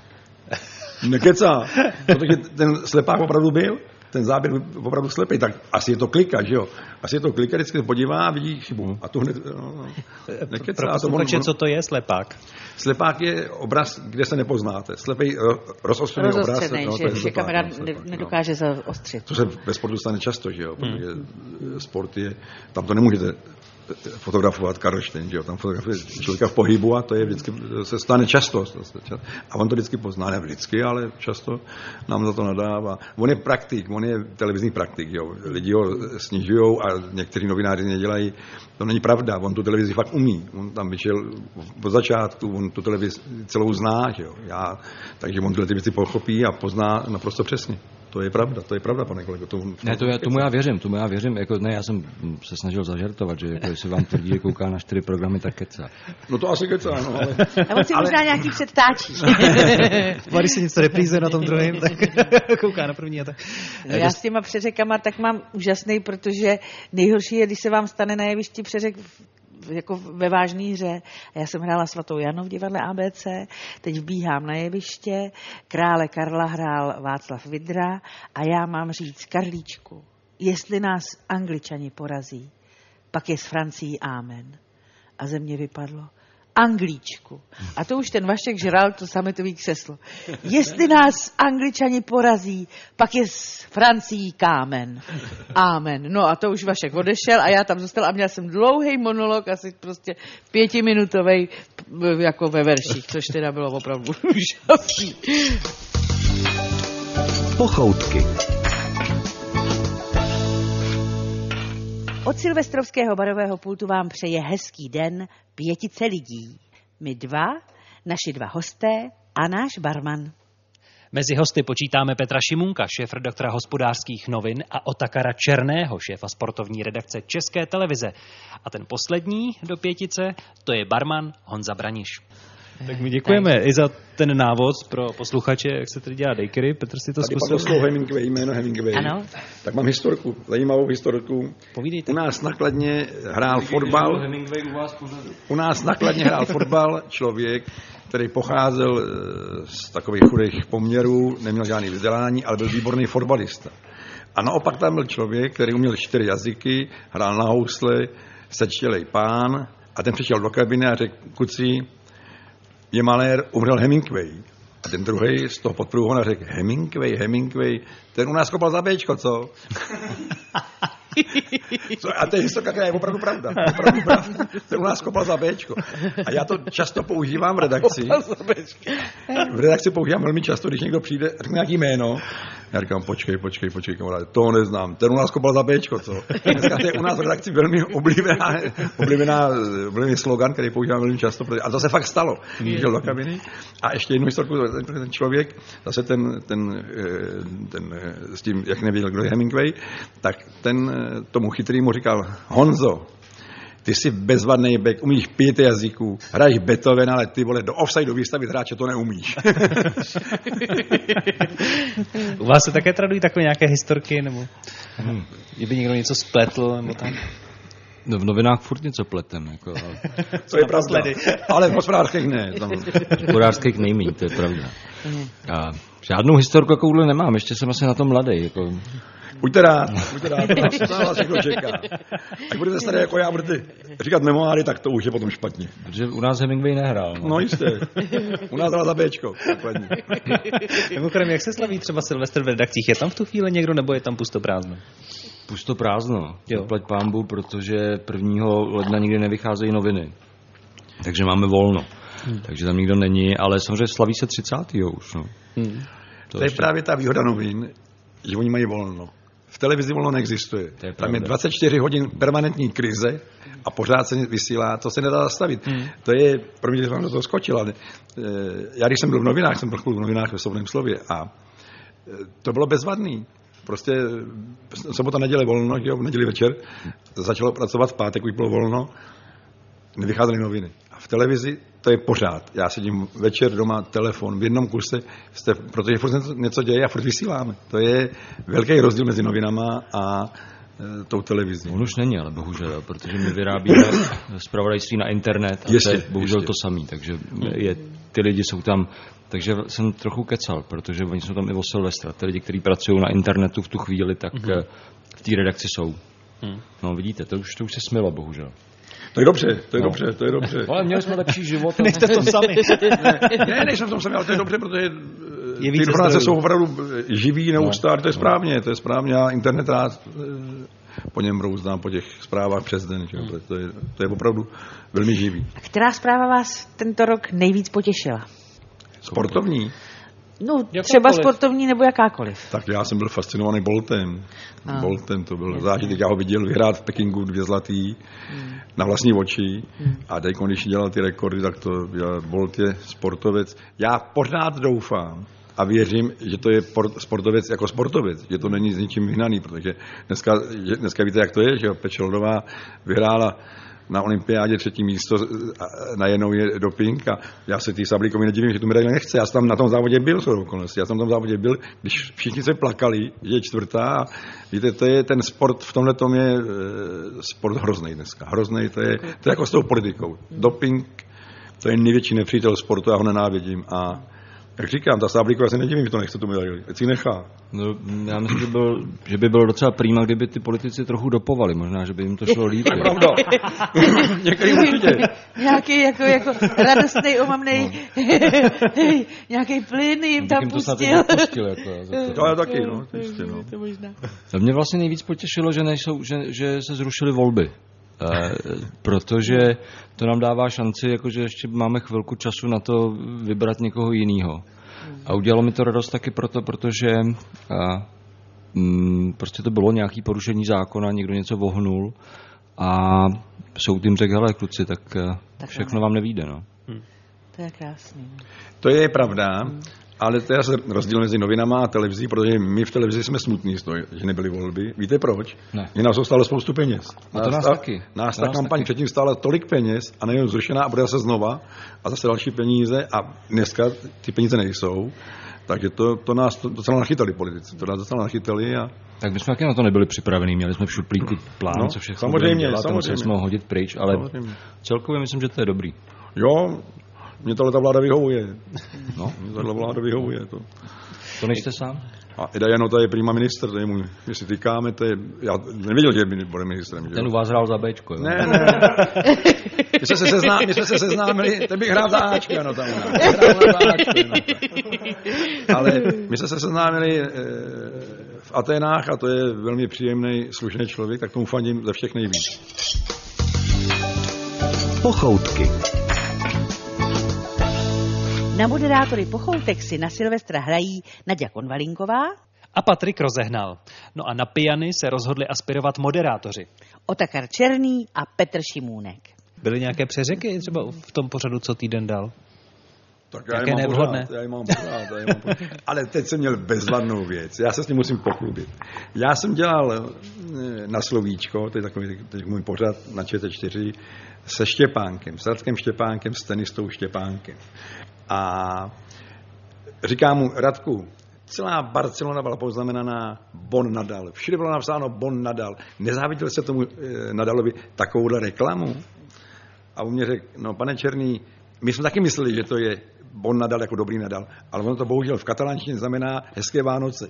Nekecá, protože ten slepák opravdu byl, ten záběr byl opravdu slepý, tak asi je to klika, že jo? Asi je to klika, vždycky se podívá a vidí chybu. A tu hned, nekecá. Pro posluchače, co to je slepák? Slepák je obraz, kde se nepoznáte. Slepý rozostřený obraz. Že kamera nedokáže zaostřit. To se ve sportu stane často, že jo? Protože sport je, tam to nemůžete fotografovat Karlštejn, že jo? Tam fotografuje člověka v pohybu a to je vždycky, se stane často. A on to vždycky pozná, ne vždycky, ale často nám za to nadává. On je praktik, on je televizní praktik, jo? Lidi ho snižujou a někteří novináři nedělají. To není pravda, on tu televizi fakt umí. On tam vyšel od začátku, on tu televizi celou zná, že jo? Takže on tyhle ty věci pochopí a pozná naprosto přesně. To je pravda, pane kolego. Tomu já věřím. Jako, ne, já jsem se snažil zažartovat, že jako, jestli vám tvrdí, že kouká na 4 programy, tak kecá. No to asi kecá, no. Ale... A on si možná nějaký předtáčí. Když se něco reprízuje na tom druhém, tak kouká na první. A tak. No, já s těma přeřekama tak mám úžasný, protože nejhorší je, když se vám stane na jevišti přeřek jako ve vážné hře. A já jsem hrála Svatou Janu v divadle ABC, teď vbíhám na jeviště, krále Karla hrál Václav Vidra a já mám říct, Karlíčku, jestli nás Angličani porazí, pak je s Francií ámen. A ze mě vypadlo, Anglíčku. A to už ten Vašek žral to sametový křeslo. Jestli nás Angličani porazí, pak je s Francií kámen. Ámen. No a to už Vašek odešel a já tam zůstal a měl jsem dlouhý monolog, asi prostě 5minutovej, jako ve verších, což teda bylo opravdu úžasný. Pochoutky. Od silvestrovského barového pultu vám přeje hezký den 5 lidí. My 2, naši 2 hosté a náš barman. Mezi hosty počítáme Petra Šimunka, šéfredaktora Hospodářských novin, a Otakara Černého, šéfa sportovní redakce České televize. A ten poslední do 5, to je barman Honza Braniš. Tak my děkujeme i za ten návod pro posluchače, jak se tady dělá daiquiri. Petr si to zkusil. Tady padlo Hemingway, jméno Hemingway. Ano. Tak mám historku, zajímavou historku. Povídejte. U nás na Kladně hrál fotbal. Hemingway u vás pořadu. U nás na Kladně hrál fotbal člověk, který pocházel z takových chudých poměrů, neměl žádný vzdělání, ale byl výborný fotbalista. A naopak tam byl člověk, který uměl 4 jazyky, hrál na housle, sečtělej pán, a ten přišel do kabiny a řekl, kuci, je malér, umřel Hemingway. A ten druhý z toho podprůhona řekl, Hemingway, ten u nás kopal za Bčko, co? A to je historka, která je opravdu pravda. Ten u nás kopal za Bčko. A já to často používám v redakci. V redakci používám velmi často, když někdo přijde, řekne nějaký jméno. Já říkám, počkej, kamaráde, toho neznám. Ten u nás kopal za Bčko, co? Dneska to je u nás v redakci velmi oblíbený slogan, který používám velmi často. A to se fakt stalo. Šel do kabiny. A ještě jednu historku, ten člověk, zase ten s tím, jak nevěděl, kdo je Hemingway, tak ten tomu chytrýmu říkal, Honzo, ty jsi bezvadnej bek, umíš 5 jazyků, hraješ Beethoven, ale ty vole, do offsideu vystavit hráče to neumíš. U vás se také tradují takové nějaké historky, nebo kdyby někdo něco spletl, nebo tak? No, v novinách furt něco pletem. Jako, ale... To je pravda. Ale v hospodářských ne. V hospodářských nejmí, to je pravda. A žádnou historku takovouhle nemám, ještě jsem asi na tom mladý. Jako... Buďte rád, to vás všechno čeká. Až budete staré jako já, budete říkat memoáry, tak to už je potom špatně. Protože u nás Hemingway nehrál. No jistě. U nás hrál za Bčko. Mimochodem, jak se slaví třeba Silvestr v redakcích? Je tam v tu chvíli někdo, nebo je tam pustoprázdno? Pustoprázdno. Zaplať pánbu, protože 1. ledna nikdy nevycházejí noviny. Takže máme volno. Takže tam nikdo není, ale samozřejmě slaví se 30. už. No. To je právě ta výhoda novin, že oni mají volno. V televizi volno neexistuje. Tam je 24 hodin permanentní krize a pořád se vysílá, to se nedá zastavit. To je, pro mě, že jsem do toho skočil, ale já když jsem byl v novinách, jsem byl v novinách ve Svobodném slově a to bylo bezvadný. Prostě sobota, neděle volno, jo, v neděli večer, začalo pracovat, v pátek už bylo volno, nevycházely noviny. A v televizi to je pořád. Já sedím večer doma, telefon, v jednom kuse, protože furt něco děje a furt vysíláme. To je velký rozdíl mezi novinama a tou televizí. On už není, ale bohužel, protože my vyrábíme zpravodajství na internet a to je bohužel to samý, takže ty lidi jsou tam. Takže jsem trochu kecal, protože oni jsou tam i o Silvestra. Ty lidi, kteří pracují na internetu v tu chvíli, tak v té redakci jsou. No vidíte, to už se smilo, bohužel. To je dobře. Ale měli jsme lepší život. Nechte v tom sami. Ne, nejsem v tom sami, ale to je dobře, protože ty informace jsou opravdu živý, neustálé, to je správně. Já internet rád po něm brouzdám, po těch zprávách přes den. To je opravdu velmi živý. A která zpráva vás tento rok nejvíc potěšila? Sportovní? No, třeba sportovní nebo jakákoliv. Tak já jsem byl fascinovaný Boltem. Boltem to byl zážitek, já ho viděl vyhrát v Pekingu 2 zlatý na vlastní oči a teď, když dělal ty rekordy, tak to Bolt je sportovec. Já pořád doufám a věřím, že to je sportovec jako sportovec, že to není s ničím vyhnaný, protože dneska víte, jak to je, že Pečeldová vyhrála na olympiádě 3. místo, najednou je doping a já se tý Sablíkovi nedivím, že tu medaili nechce. Já jsem tam na tom závodě byl, já jsem tam v závodě byl, když všichni se plakali, že je 4. A víte, to je ten sport, v tomhletom je sport hroznej dneska. Hroznej, to je jako s tou politikou. Doping, to je největší nepřítel sportu, já ho nenávidím a jak říkám, ta Sáblíková se nedivím, že to nechce tu medaili, ať si nechá. No, já myslím, že by bylo docela prýma, kdyby ty politici trochu dopovali, možná, že by jim to šlo líp. To je pravda. Některý určitě. Nějaký jako radostnej, omamnej, nějaký plyn jim tam pustil. To je taky, no. To možná. To mě vlastně nejvíc potěšilo, že se zrušily volby. Protože to nám dává šanci, jakože ještě máme chvilku času na to vybrat někoho jiného. A udělalo mi to radost taky protože prostě to bylo nějaké porušení zákona, někdo něco vohnul a soud jim řekl, hele kluci, tak všechno vám nevyjde. No. To je krásný. To je pravda. Ale to je rozdíl mezi novinama a televizí, protože my v televizi jsme smutní z toho, že nebyly volby. Víte proč? Že nás stálo spoustu peněz. Nás ta kampaň předtím stála tolik peněz a nejen zrušená a bude se znova a zase další peníze a dneska ty peníze nejsou. Takže to nás docela nachytali politici. To nás docela nachytali a... Tak my jsme taky na to nebyli připravení, měli jsme všude plíku plán, co všechno samozřejmě. Museli jsme ho hodit pryč, ale celkově myslím, že to je dobrý. Jo, mě tahle vláda vyhovuje. No, mě tahle vláda vyhovuje. To nejste sám? A Eda Janota je prima ministr, to je můj, my si týkáme, to je, já nevěděl, že bude ministrem. Ten u vás hrál za Bčko, jo? Ne. My jsme se seznámili, ten bych hrál za Ačko, Janota. Ale my jsme se seznámili v Aténách a to je velmi příjemný, slušný člověk, tak tomu fandím ze všech nejvíc. Pochoutky. Na moderátory Pochoutek si na Silvestra hrají Naďa Konvalinková a Patrik Rozehnal. No a na piany se rozhodli aspirovat moderátoři. Otakar Černý a Petr Šimůnek. Byly nějaké přeřeky třeba v tom pořadu, co týden dal? Tak já je mám pořád. Ale teď jsem měl bezvadnou věc. Já se s tím musím pochlubit. Já jsem dělal na Slovíčko, to je takový teď můj pořad na ČT4, se Štěpánkem, s Radkem Štěpánkem, s tenistou Štěpánkem. A říkám mu, Radku, celá Barcelona byla poznamenaná Bon Nadal. Všude bylo napsáno Bon Nadal. Nezáviděl se tomu Nadalovi takovouhle reklamu? A on mě řekl, no pane Černý, my jsme taky mysleli, že to je Bon Nadal jako dobrý Nadal. Ale ono to bohužel v katalánštině znamená hezké Vánoce.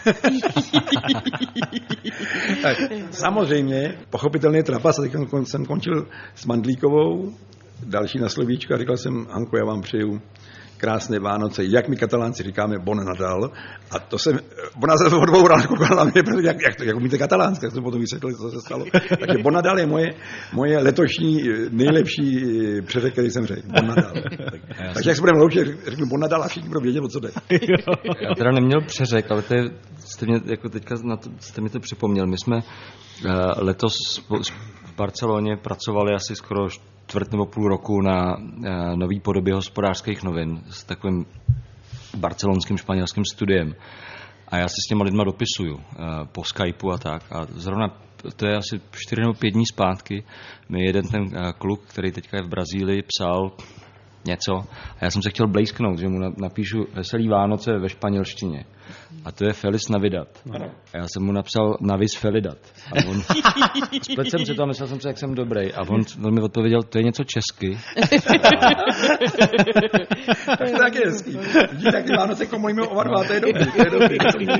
Samozřejmě, pochopitelně trapas, a teď jsem končil s Mandlíkovou, další na slovíčko, a říkal jsem, Hanko, já vám přeju krásné Vánoce, jak my Katalánci říkáme Bon Nadal, a to jsem, ona se od 2 ráno koukala na mě, protože jak umíte katalánsky, jak jsem potom vysvětlil, co se stalo. Takže Bon Nadal je moje letošní nejlepší přeřek, který jsem řekl. Bon Nadal. Takže jak se budeme loučit, řeknu Bon Nadal a všichni budou vědět, o co jde. Já teda neměl přeřek, ale to je, jste mě, jako teďka jste mi to připomněl. My jsme letos v Barceloně pracovali asi skoro 4 nebo půl roku na nový podobě Hospodářských novin s takovým barcelonským španělským studiem. A já se s těma lidma dopisuju po Skypeu a tak. A zrovna to je asi 4 nebo 5 dní zpátky mi jeden ten kluk, který teďka je v Brazílii, psal něco a já jsem se chtěl blejsknout, že mu napíšu Veselý Vánoce ve španělštině. A to je Feliz Navidad. A já jsem mu napsal Navis Felidat. A on, splet jsem si to a myslel jsem si, jak jsem dobrý. A on mi odpověděl, to je něco česky. Tak to taky hezký. Vidíte, jak ty Vánoce komolíme o Varva, to je dobrý.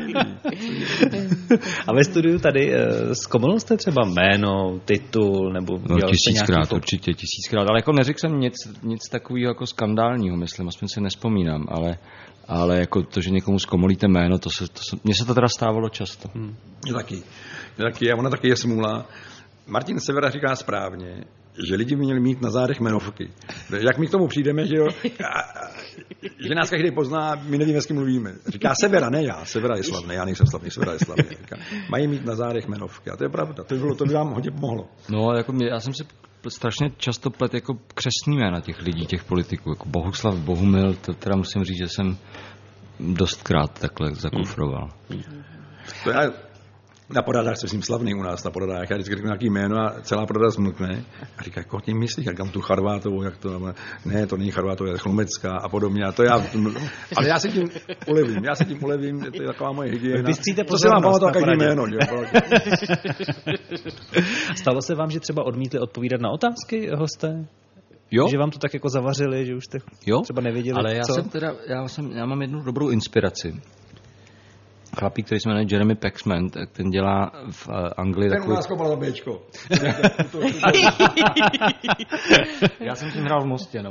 A ve studiu tady zkomolil jste třeba jméno, titul, nebo no, 1000krát, určitě 1000krát. Ale jako neřekl jsem nic takového jako skandálního, myslím, aspoň si nevzpomínám, ale jako to, že někomu zkomolíte jméno, mně se to teda stávalo často. Mně taky, a ona taky je smůla. Martin Severa říká správně, že lidi by měli mít na zádech jmenovky. Jak my k tomu přijdeme, že jo? Že nás každý pozná, my nevíme, s kým mluvíme. Říká Severa, ne já. Severa je slavný, já nejsem slavný, Severa je slavný. Říká, mají mít na zádech jmenovky. A to je pravda, to by vám hodně pomohlo. No, jako já jsem si strašně často plet jako křestný jména těch lidí, těch politiků. Jako Bohuslav, Bohumil, to teda musím říct, že jsem dostkrát takhle zakufroval. To já na poradách se svým slavný u nás, na poradách. Já vždycky řeknu nějaký jméno a celá porada zmlkne. A říká, jako tím myslíš, jak tam tu Charvátovou, jak to, ne, to není Charvátová, je Chlumecká a podobně. A to ale já se tím ulevím, to je taková moje hygiena. To se vám pamatoval každý jméno. Stalo se vám, že třeba odmítli odpovídat na otázky hosté? Jo? Že vám to tak jako zavařili, že už jste třeba nevěděli, ale já mám jednu dobrou inspiraci. Chlapík, který se jmenuje Jeremy Paxman, ten dělá v Anglii ten takový... u nás kopal za Bčko. Já jsem tím hrál v Mostě, no.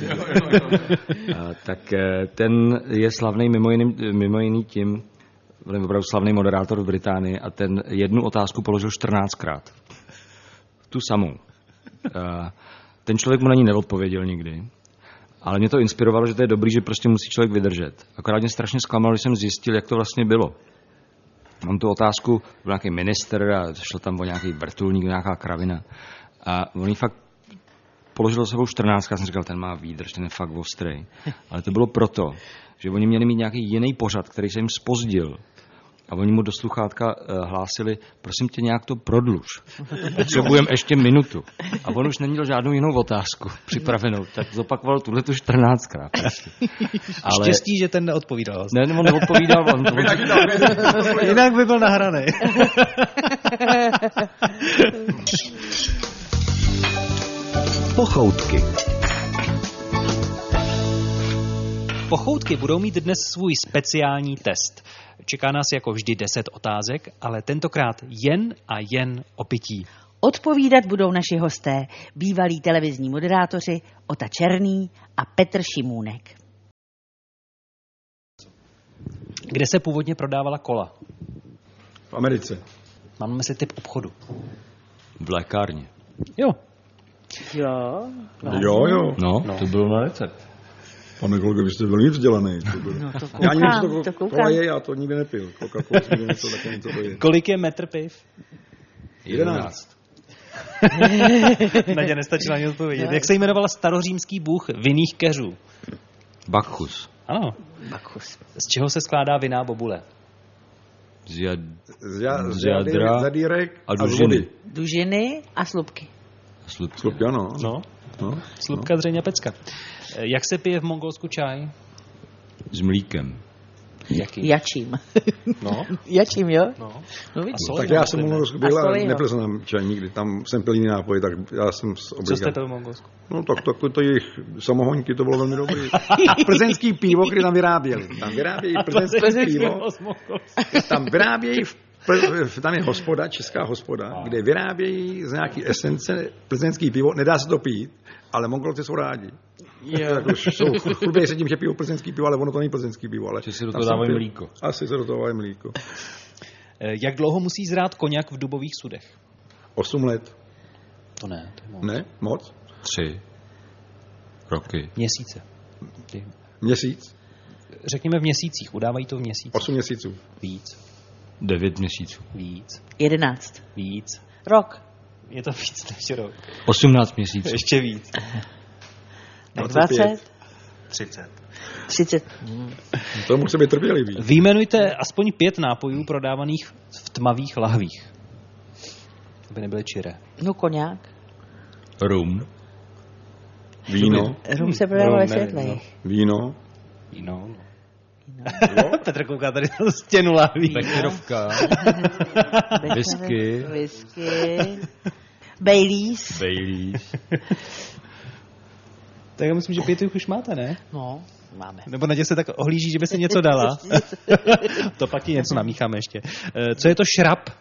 Tak ten je slavný mimo jiný tím, byl opravdu slavný moderátor v Británii a ten jednu otázku položil 14krát. Tu samou. Ten člověk mu na ní neodpověděl nikdy. Ale mě to inspirovalo, že to je dobrý, že prostě musí člověk vydržet. Akorát mě strašně zklamalo, když jsem zjistil, jak to vlastně bylo. Mám tu otázku, byl nějaký minister a šlo tam o nějaký vrtulník, nějaká kravina. A on jí fakt položil sebou 14, já jsem říkal, ten má výdrž, ten je fakt ostrý. Ale to bylo proto, že oni měli mít nějaký jiný pořad, který se jim zpozdil. A oni mu do sluchátka hlásili, prosím tě, nějak to prodluž. Potřebujeme ještě minutu. A on už neměl žádnou jinou otázku připravenou, tak zopakoval tuhletu 14krát. Ale... Štěstí, že ten neodpovídal. Ne, on neodpovídal. Jinak by byl nahranej. Pochoutky. Pochoutky budou mít dnes svůj speciální test. Čeká nás jako vždy 10 otázek, ale tentokrát jen a jen o pití. Odpovídat budou naši hosté, bývalí televizní moderátoři Ota Černý a Petr Šimůnek. Kde se původně prodávala kola? V Americe. Máme si typ obchodu. V lékárně. Jo. Jo. Jo. No, to bylo na recept. Pane kolego, vy jste velmi vzdělaný. Já ani nevím, co to kola je, já to nikdy nepil. Coca-Cola nikdy nepil, tak nevím, co to je. Kolik je metr piv? 11. Nadě nestačila ani odpovědět. Jak se jmenoval starořímský bůh vinných keřů? Bacchus. Ano. Bacchus. Z čeho se skládá vinná bobule? Z jádra zadírek a dužiny. Dužiny a slupky. Slupky, ano. No. Slupka, dřeň a pecka. Jak se pije v Mongolsku čaj? S mlíkem. Jaký? Jačím. No. Jačím, jo? No. No vidíš. Tak já jsem v Mongolsku byl a Solejho. nepil jsem tam čaj nikdy. Tam jsem pil jiný nápoj, tak já jsem z Co jste obliga. pil v Mongolsku? No tak to jejich samohoňky, to bylo velmi dobré. A plzeňský pivo, které tam vyráběli. Tam vyrábějí plzeňský pivo. Tam vyrábějí, tam je hospoda, česká hospoda, kde vyrábějí z nějaký esence plzeňský pivo. Nedá se to pít, ale Mongolci jsou rádi. Jako jsou chluběji se tím, že pijou plzeňský pivo, ale ono to není plzeňský pivo. Ale Že si do toho dávají mlíko. Asi se do toho dávají mlíko. Jak dlouho musí zrát koněk v dubových sudech? 8 let. To ne, to je moc. Ne? Moc? 3 roky. Měsíce. Měsíc? Řekněme v měsících, udávají to v měsících. 8 měsíců. Víc, 9 měsíců. víc, 11. víc. Rok. Je to víc než rok. 18 měsíců. Ještě víc. Tak 25. 20. 30. 30. To musí být trpělivý. Vyjmenujte aspoň 5 nápojů prodávaných v tmavých lahvích. Aby nebyly čiré. No koňák. Rum. Víno. Rum se prodává ve Rum, nevím, světlejch. Víno. Víno. Petr kouká tady na stěnu lahví. Becherovka. Whisky. Baileys. Baileys. Tak já myslím, že 5 už máte, ne? No, máme. Nebo Nadě se tak ohlíží, že by se něco dala. To pak ti něco namícháme ještě. Co je to šrap?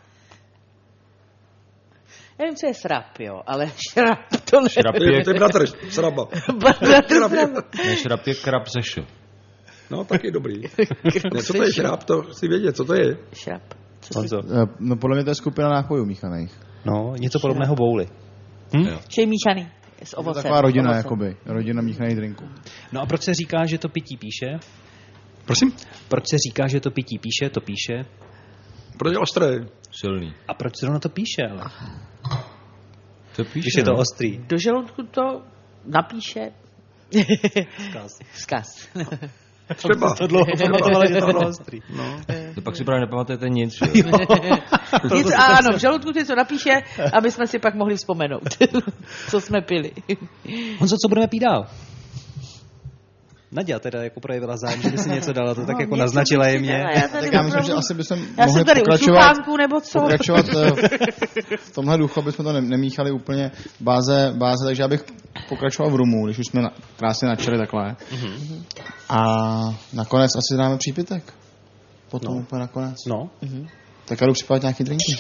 Já nevím, co je srap, jo, ale šrap to nevím. Šrap To je bratr, sraba. Ne, šrap je krab ze š. No, tak je dobrý. Ne, co to je šráp, to chci vědět, co to je. Šrap. Honzo. No podle mě to je skupina nápojů míchaných. No, něco podobného bouli. Čej míchaný. S Je to ovocem. taková rodina, Ovocem. jakoby. Rodina míchaných drinků. No a proč se říká, že to pití píše? Prosím? Proč se říká, že to pití píše? To píše. Protože je ostré. Silný. A proč zrovna to píše, ale? To píše, Když je to ostrý. Do žaludku to napíše Vzkaz. vzkaz. Třeba. To dlouho pamatovalo, že to bylo ostrý. To pak si právě nepamatujete nic, že? Nic, ano, v žaludku něco napíše, aby jsme si pak mohli vzpomenout, co jsme pili. Honzo, co budeme pít dál? Naděja teda jako projevila zájem, že by si něco dala, to tak jako něco naznačila bych je si mě. dala, Tak já myslím, že asi bychom Já mohli jsem tady u pokračovat šupánku, nebo co? v tomhle duchu, aby jsme to nemíchali úplně báze, takže já bych pokračoval v rumu, když už jsme krásně načali takhle. A nakonec asi dáme přípitek. Potom úplně nakonec. No. Tak já jdu připravit nějaký drinky.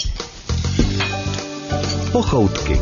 Pochoutky.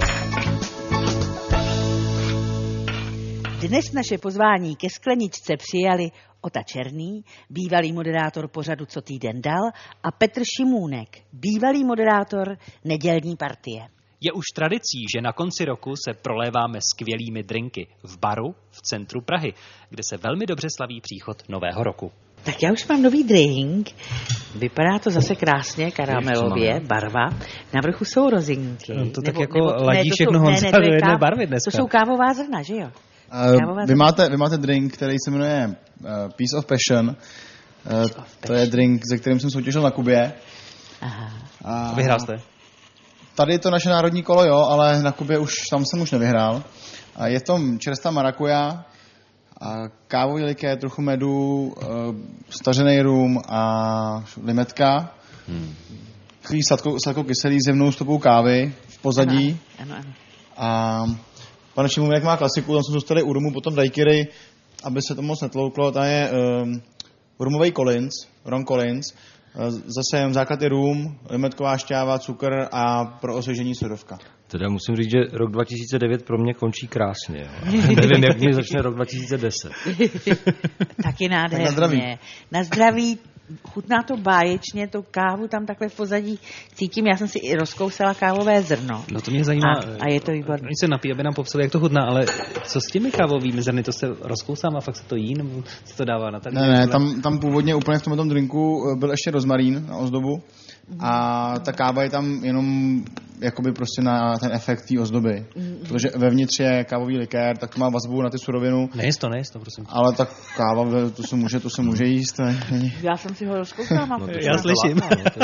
Dnes naše pozvání ke skleničce přijali Ota Černý, bývalý moderátor pořadu Co týden dal, a Petr Šimůnek, bývalý moderátor Nedělní partie. Je už tradicí, že na konci roku se proléváme skvělými drinky v baru v centru Prahy, kde se velmi dobře slaví příchod nového roku. Tak já už mám nový drink. Vypadá to zase krásně, karamelově, barva. Na vrchu jsou rozinky. No to tak jako ladí to všechno jsou- Honza to je do jedné káv- barvy dneska. To jsou kávová zrna, že jo? Vy máte drink, který se jmenuje Piece of Passion. To je drink, se kterým jsem soutěžil na Kubě. Aha. A Vyhrál jste? tady je to naše národní kolo, jo, ale na Kubě tam jsem už nevyhrál. A je v tom čerstvá marakuja, a kávový likér, trochu medu, stařený rum a limetka. Takový sladko-kyselý s jemnou stopou kávy v pozadí. Ano. A pane Šimůnek má klasiku, tam jsme zůstali u rumu, potom daiquiri, aby se to moc netlouklo. Tam je rumový Ron Collins. Zase jen základ je rum, limetková šťáva, cukr a pro osvěžení sodovka. Teda musím říct, že rok 2009 pro mě končí krásně. Jo. Nevím, jak mě začne rok 2010. Taky nádherně. Tak na zdraví. Na zdraví. Chutná to báječně, tu kávu tam takhle v pozadí cítím. Já jsem si i rozkousala kávové zrno. No to mě zajímá. A je to výborné. Oni se napí, aby nám popsali, jak to chutná, ale co s těmi kávovými zrny? To se rozkousám a fakt se to jí, nebo se to dává na tady? Ne, tam původně úplně v tomto drinku byl ještě rozmarín na ozdobu a ta káva je tam jenom jakoby prostě na ten efekt té ozdoby. Protože vevnitř je kávový likér, tak to má vazbu na ty surovinu. Nejist to, prosím. Ale ta káva, to se může jíst. Já jsem si ho rozkousala. No, Já slyším.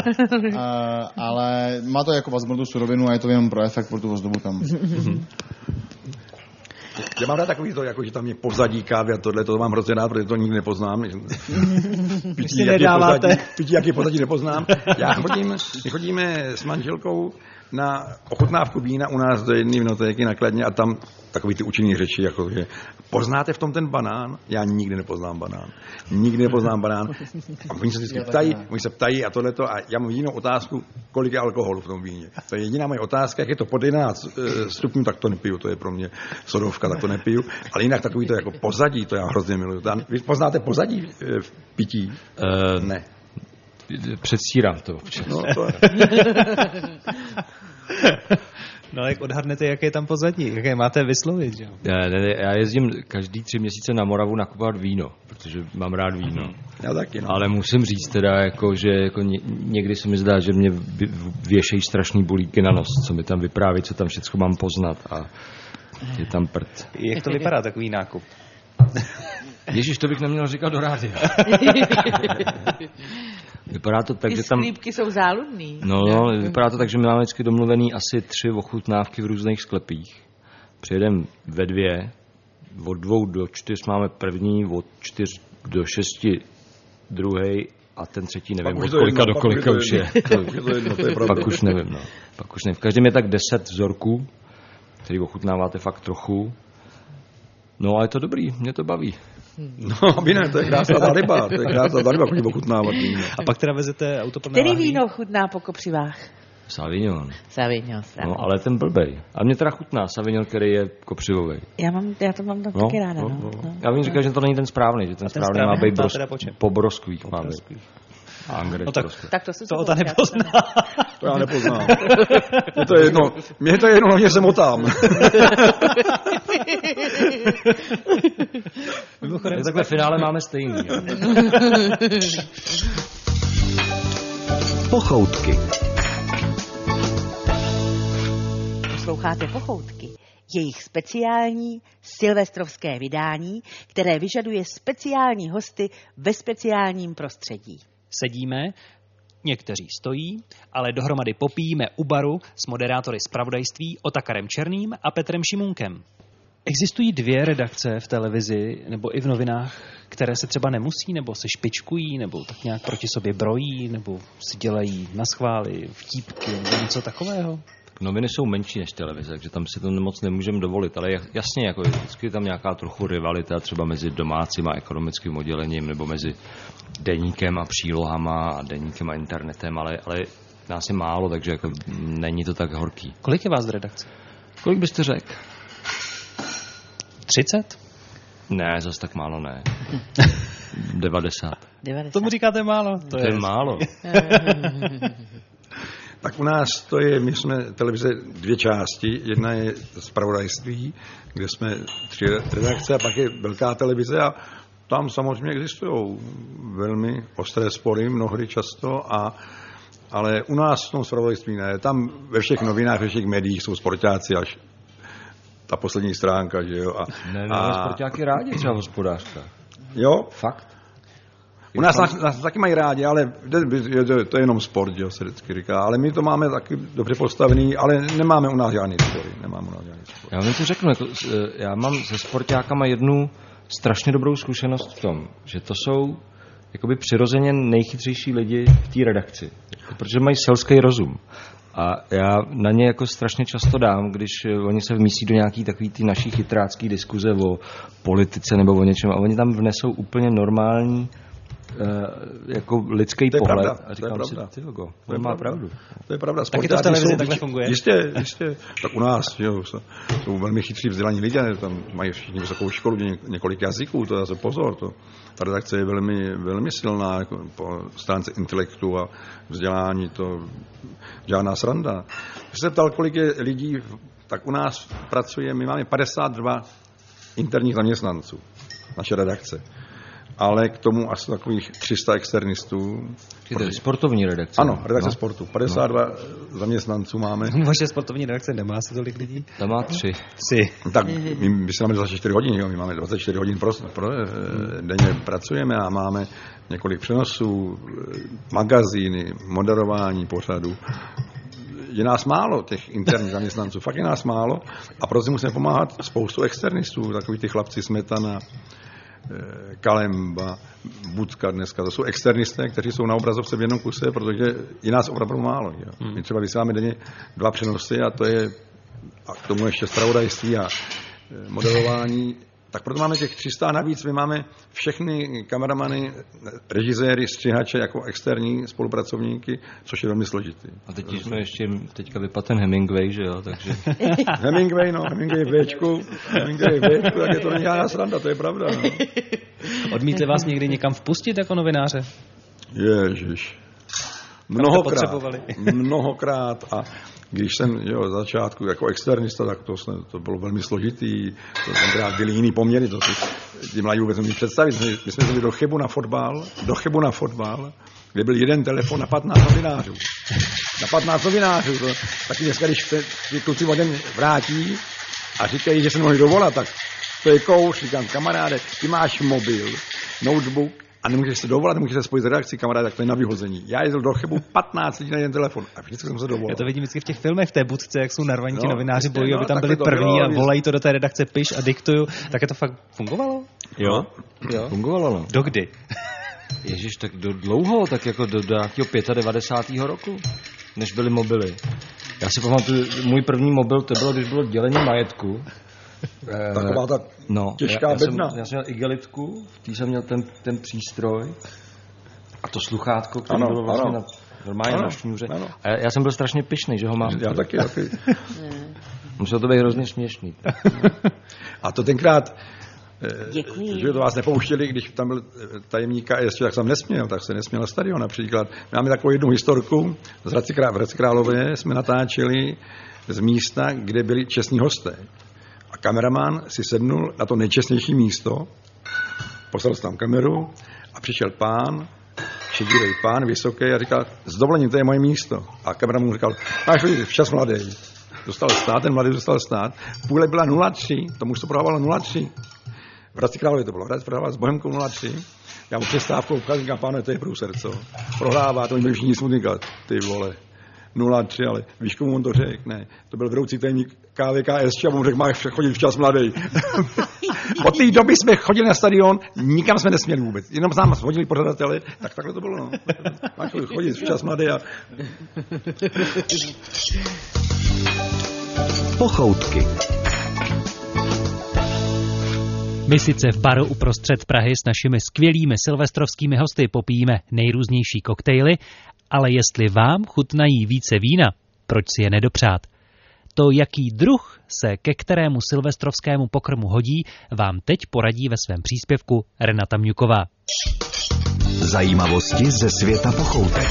Ale má to jako vazbu na tu surovinu a je to jenom pro efekt pro tu ozdobu tam. Já mám rád takový to, jako, že tam je pozadí kávy a tohle, to mám hrozně rád, protože to nikdy nepoznám. Pití, jaký pozadí nepoznám. My chodíme s manželkou na ochutnávku vína u nás do jedné vinotéky na Kladně a tam takový ty účinný řeči, jako že poznáte v tom ten banán? Já nikdy nepoznám banán. Nikdy nepoznám banán. A oni se vždycky ptají a tohleto a já mám jedinou otázku, kolik je alkoholu v tom víně. To je jediná moje otázka, jak je to pod 11 stupňů, tak to nepiju, to je pro mě sodovka, tak to nepiju. Ale jinak takový to jako pozadí, to já hrozně miluju. Vy poznáte pozadí v pití? Ne. Předstírám to. No, to je. No, jak odhadnete, jaké je tam pozadí? Jaké máte vyslovit, že jo? Já jezdím každý 3 měsíce na Moravu nakupovat víno, protože mám rád víno. Já taky, no. Ale musím říct teda, jako, že jako někdy se mi zdá, že mě věšejí strašný bulíky na nos, co mi tam vypráví, co tam všechno mám poznat a je tam prd. Jak to vypadá, takový nákup? Ježiš, to bych neměl říkat do rádia. Vypadá to tak, ty že tam... sklípky jsou záludný. No, vypadá to tak, že my máme vždycky domluvený asi 3 ochutnávky v různých sklepích. Přijedeme ve 2, od 2 do 4 máme první, od 4 do 6 druhý a ten třetí nevím, od kolika do kolika už je. Pak už nevím, no. Pak už nevím. V každém je tak 10 vzorků, který ochutnáváte fakt trochu. No a je to dobrý, mě to baví. No, aby ne, to je krásná záliba, když ochutnávat víno. A pak teda vezete autoplné Který lahví? víno chutná po kopřivách? Sauvignon. Sauvignon. No, ale ten blbej. A mě teda chutná Sauvignon, který je kopřivovej. Já to mám taky ráda, no. Já vím, říkal, že to není ten správný, že ten správný má být po broskvích. No tak, to nepozná. To já nepoznám. Mně to je jedno, hlavně se motám. Takhle v finále máme stejný. Pochoutky. Posloucháte Pochoutky, jejich speciální silvestrovské vydání, které vyžaduje speciální hosty ve speciálním prostředí. Sedíme, někteří stojí, ale dohromady popíjíme u baru s moderátory zpravodajství Otakarem Černým a Petrem Šimůnkem. Existují 2 redakce v televizi nebo i v novinách, které se třeba nemusí, nebo se špičkují, nebo tak nějak proti sobě brojí, nebo si dělají naschvály, vtípky, nebo něco takového? Noviny jsou menší než televize, takže tam si to moc nemůžeme dovolit, ale jasně, jako vždycky je tam nějaká trochu rivalita třeba mezi domácím a ekonomickým oddělením nebo mezi deníkem a přílohama a deníkem a internetem, ale nás je málo, takže jako není to tak horký. Kolik je vás v redakci? Kolik byste řekl? 30? Ne, zas tak málo ne. 90. Tomu říkáte málo? To je málo. Tak u nás my jsme televize 2 části. Jedna je zpravodajství, kde jsme 3 redakce a pak je velká televize a tam samozřejmě existují velmi ostré spory, mnohdy často, ale u nás v tom zpravodajství ne. Tam ve všech novinách, ve všech médiích jsou sportáci až ta poslední stránka, že jo. Ne, sportáky rádi třeba Hospodářka. Jo? Fakt? U nás taky mají rádi, ale to je jenom sport, že jo, se vždycky říká. Ale my to máme taky dobře postavený, ale nemáme u nás žádný spory. Já vám to řeknu, já mám se sportákama jednu strašně dobrou zkušenost v tom, že to jsou jakoby přirozeně nejchytřejší lidi v té redakci, protože mají selský rozum. A já na ně jako strašně často dám, když oni se vmísí do nějaký takový ty naší chytrácký diskuze o politice nebo o něčem a oni tam vnesou úplně normální jako lidský pohled. Pravda, a říkám si, on má pravdu. To je pravda. Taky to v televizi takhle funguje? Jistě. Tak u nás jsou velmi chytří vzdělaní lidé, tam mají všichni vysokou školu, několik jazyků, to zase pozor. Ta redakce je velmi, velmi silná jako po stránce intelektu a vzdělání, to žádná sranda. Když se ptal, kolik je lidí, tak u nás pracuje, my máme 52 interních zaměstnanců, naše redakce. Ale k tomu asi takových 300 externistů. Sportovní redakce. Ano, redakce sportu. 52 zaměstnanců máme. Vaše sportovní redakce nemá asi tolik lidí? Ta má 3. Tak my se máme 24 hodin, jo? My máme 24 hodin denně pracujeme a máme několik přenosů, magazíny, moderování pořadu. je nás málo, těch interních zaměstnanců, fakt je nás málo a prostě musíme pomáhat spoustu externistů, takový ty chlapci Smetana, Kalemba, Budka dneska, to jsou externisté, kteří jsou na obrazovce v jednom kuse, protože je nás opravdu málo. Jo. My třeba vysíláme denně 2 přenosy a to je, a k tomu ještě zpravodajství a modelování, tak proto máme těch 300 navíc, my máme všechny kameramany, režiséry, střihače jako externí spolupracovníky, což je velmi složitý. A teď jsme ještě teďka vypadl ten Hemingway, že jo, takže... Hemingway v Bčku, tak je to není žádná sranda, to je pravda. No. Odmítli vás někdy někam vpustit jako novináře? Ježiš. Mnohokrát a když jsem za začátku jako externista, tak to bylo velmi složitý, to tenkrát byly jiný poměry, to si ti mladí vůbec nemůžu představit. My jsme byli do Chebu na fotbal, kde byl jeden telefon na 15 novinářů. To, taky dneska, když se ti kluci od den vrátí a říkají, že se nemohli dovolat, tak to je kouš, říkám, kamaráde, ty máš mobil, notebook, a nemůžeš se dovolat, nemůžeš se spojit s redakcí, kamaráde, tak to je na vyhození. Já jezdil do Chebu 15 lidí na jeden telefon a vždycky jsem se dovolal. Já to vidím vždycky v těch filmech, v té budce, jak jsou narvaní ti novináři, bojují, aby tam byli první a volají to do té redakce, piš a diktuju. Tak to fakt fungovalo? Jo. Fungovalo, no. Dokdy? Ježiš, tak dlouho, tak jako do nějakého 95. roku, než byly mobily. Já si pamatuju, můj první mobil, to bylo, když bylo dělení majetku. Taková ta těžká bedna. Já jsem měl igelitku, v té jsem měl ten přístroj a to sluchátko, které bylo vlastně normálně na šňůře. A já jsem byl strašně pyšnej, že ho mám. Já taky. Muselo to být hrozně směšný. A to tenkrát, že to vás nepouštěli, když tam byl tajemník KSČ, tak jsem nesměl, tak se nesměl na stadion například. Máme takovou jednu historku, v Hradci Králové jsme natáčeli z místa, kde byli čestní hosté. A kameraman si sednul na to nejčestnější místo, poslal tam kameru a přišel pán, šedivý pán, vysoký a říkal, s dovolením, to je moje místo. A kameraman mu říkal, máš lidi, včas mladý. Ten mladý dostal stát. Půle byla 0,3, tomu už to prodávalo 0,3. V Hradci Králové to bylo, Hradec prodával s Bohemkou 0,3. Já mu přestávkou ukázal, říkám, páne, to je průser, co? Prohrává, to mi všichni smutný, ty vole. 0,3, ale víš, komu on to řekl? Ne, to byl vedoucí tajemník KSČ a on řekl, máš chodit včas mladý. Od té doby jsme chodili na stadion, nikam jsme nesměli vůbec. Jenom nám hodili pořadatele, tak takhle to bylo. No. Máš chodit včas mladý a... Pochoutky. My sice v baru uprostřed Prahy s našimi skvělými silvestrovskými hosty popijíme nejrůznější koktejly, ale jestli vám chutnají více vína, proč si je nedopřát? To, jaký druh se ke kterému silvestrovskému pokrmu hodí, vám teď poradí ve svém příspěvku Renata Mňuková. Zajímavosti ze světa pochoutek.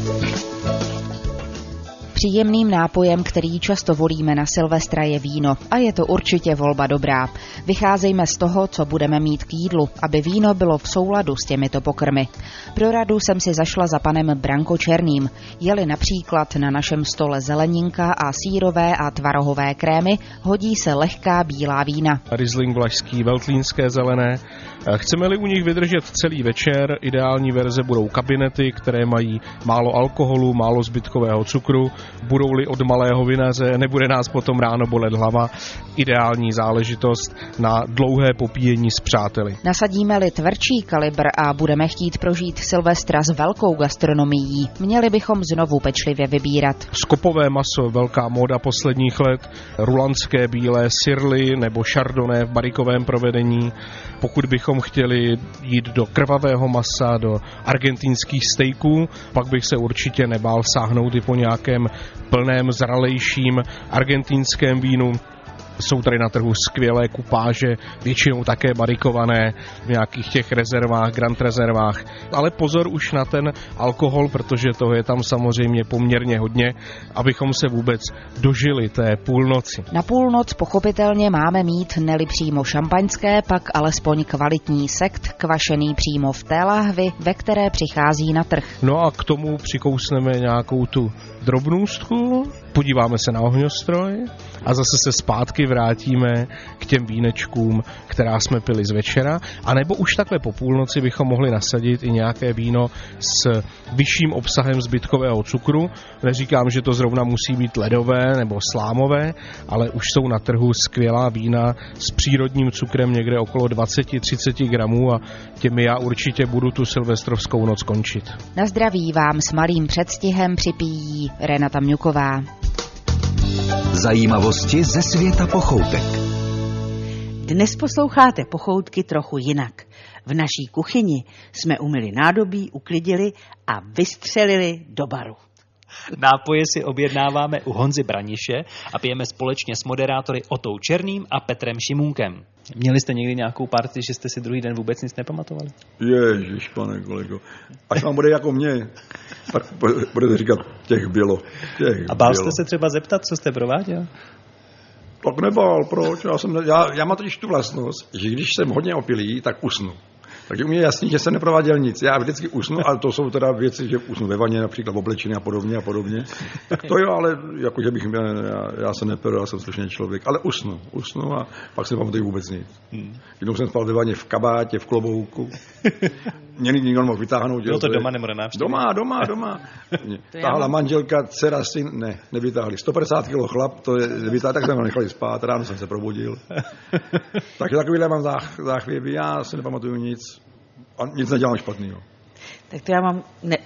Příjemným nápojem, který často volíme na Silvestra, je víno a je to určitě volba dobrá. Vycházejme z toho, co budeme mít k jídlu, aby víno bylo v souladu s těmito pokrmy. Pro radu jsem si zašla za panem Branko Černým. Je-li například na našem stole zeleninka a sýrové a tvarohové krémy, hodí se lehká bílá vína. Riesling vlašský, veltlínské zelené. Chceme-li u nich vydržet celý večer, ideální verze budou kabinety, které mají málo alkoholu, málo zbytkového cukru. Budou-li od malého vinaře, nebude nás potom ráno bolet hlava. Ideální záležitost na dlouhé popíjení s přáteli. Nasadíme-li tvrdší kalibr a budeme chtít prožít Silvestra s velkou gastronomií, měli bychom znovu pečlivě vybírat. Skopové maso, velká móda posledních let, rulandské bílé sirly nebo chardonnay v barikovém provedení. Pokud bychom chtěli jít do krvavého masa, do argentinských steaků, pak bych se určitě nebál sáhnout i po nějakém plném, zralejším argentinském vínu. Jsou tady na trhu skvělé kupáže, většinou také barikované v nějakých těch rezervách, grand rezervách. Ale pozor už na ten alkohol, protože toho je tam samozřejmě poměrně hodně, abychom se vůbec dožili té půlnoci. Na půlnoc pochopitelně máme mít ne-li přímo šampaňské, pak alespoň kvalitní sekt, kvašený přímo v té lahvi, ve které přichází na trh. No a k tomu přikousneme nějakou tu drobnůstku, podíváme se na ohňostroj a zase se zpátky vrátíme k těm vínečkům, která jsme pili z večera, anebo už takhle po půlnoci bychom mohli nasadit i nějaké víno s vyšším obsahem zbytkového cukru. Neříkám, že to zrovna musí být ledové nebo slámové, ale už jsou na trhu skvělá vína s přírodním cukrem někde okolo 20-30 gramů a těmi já určitě budu tu silvestrovskou noc končit. Na zdraví vám s malým předstihem připíjí Renata Mňuková. Zajímavosti ze světa pochoutek. Dnes posloucháte pochoutky trochu jinak. V naší kuchyni jsme umyli nádobí, uklidili a vystřelili do baru. Nápoje si objednáváme u Honzy Braniše a pijeme společně s moderátory Otou Černým a Petrem Šimůnkem. Měli jste někdy nějakou party, že jste si druhý den vůbec nic nepamatovali? Ježiš, pane kolego. Až vám bude jako mě, tak budete říkat, těch bylo. A bál jste se třeba zeptat, co jste prováděl? Tak nebál, proč? Já mám totiž tu vlastnost, že když jsem hodně opilý, tak usnu. Takže u mě je jasný, že jsem neprováděl nic. Já vždycky usnu, ale to jsou teda věci, že usnu ve vaně, například v oblečení a podobně. Tak to jo, ale jako, že bych já se neperu, já jsem slušný člověk, ale usnu a pak se pamatuju vůbec nic. Jednou jsem spal ve vaně v kabátě, v klobouku. Mě nikdo nemohl vytáhnout. Bylo to doma nebo na návštěvě? Doma. Tahala manželka, dcera, syn, nevytáhli. 150 kg chlap, to je nevytáhli, tak jsme ho nechali spát, ráno jsem se probudil. Takže takovýhle mám záchvěvy, já si nepamatuju nic. A nic nedělám špatného. Tak to já mám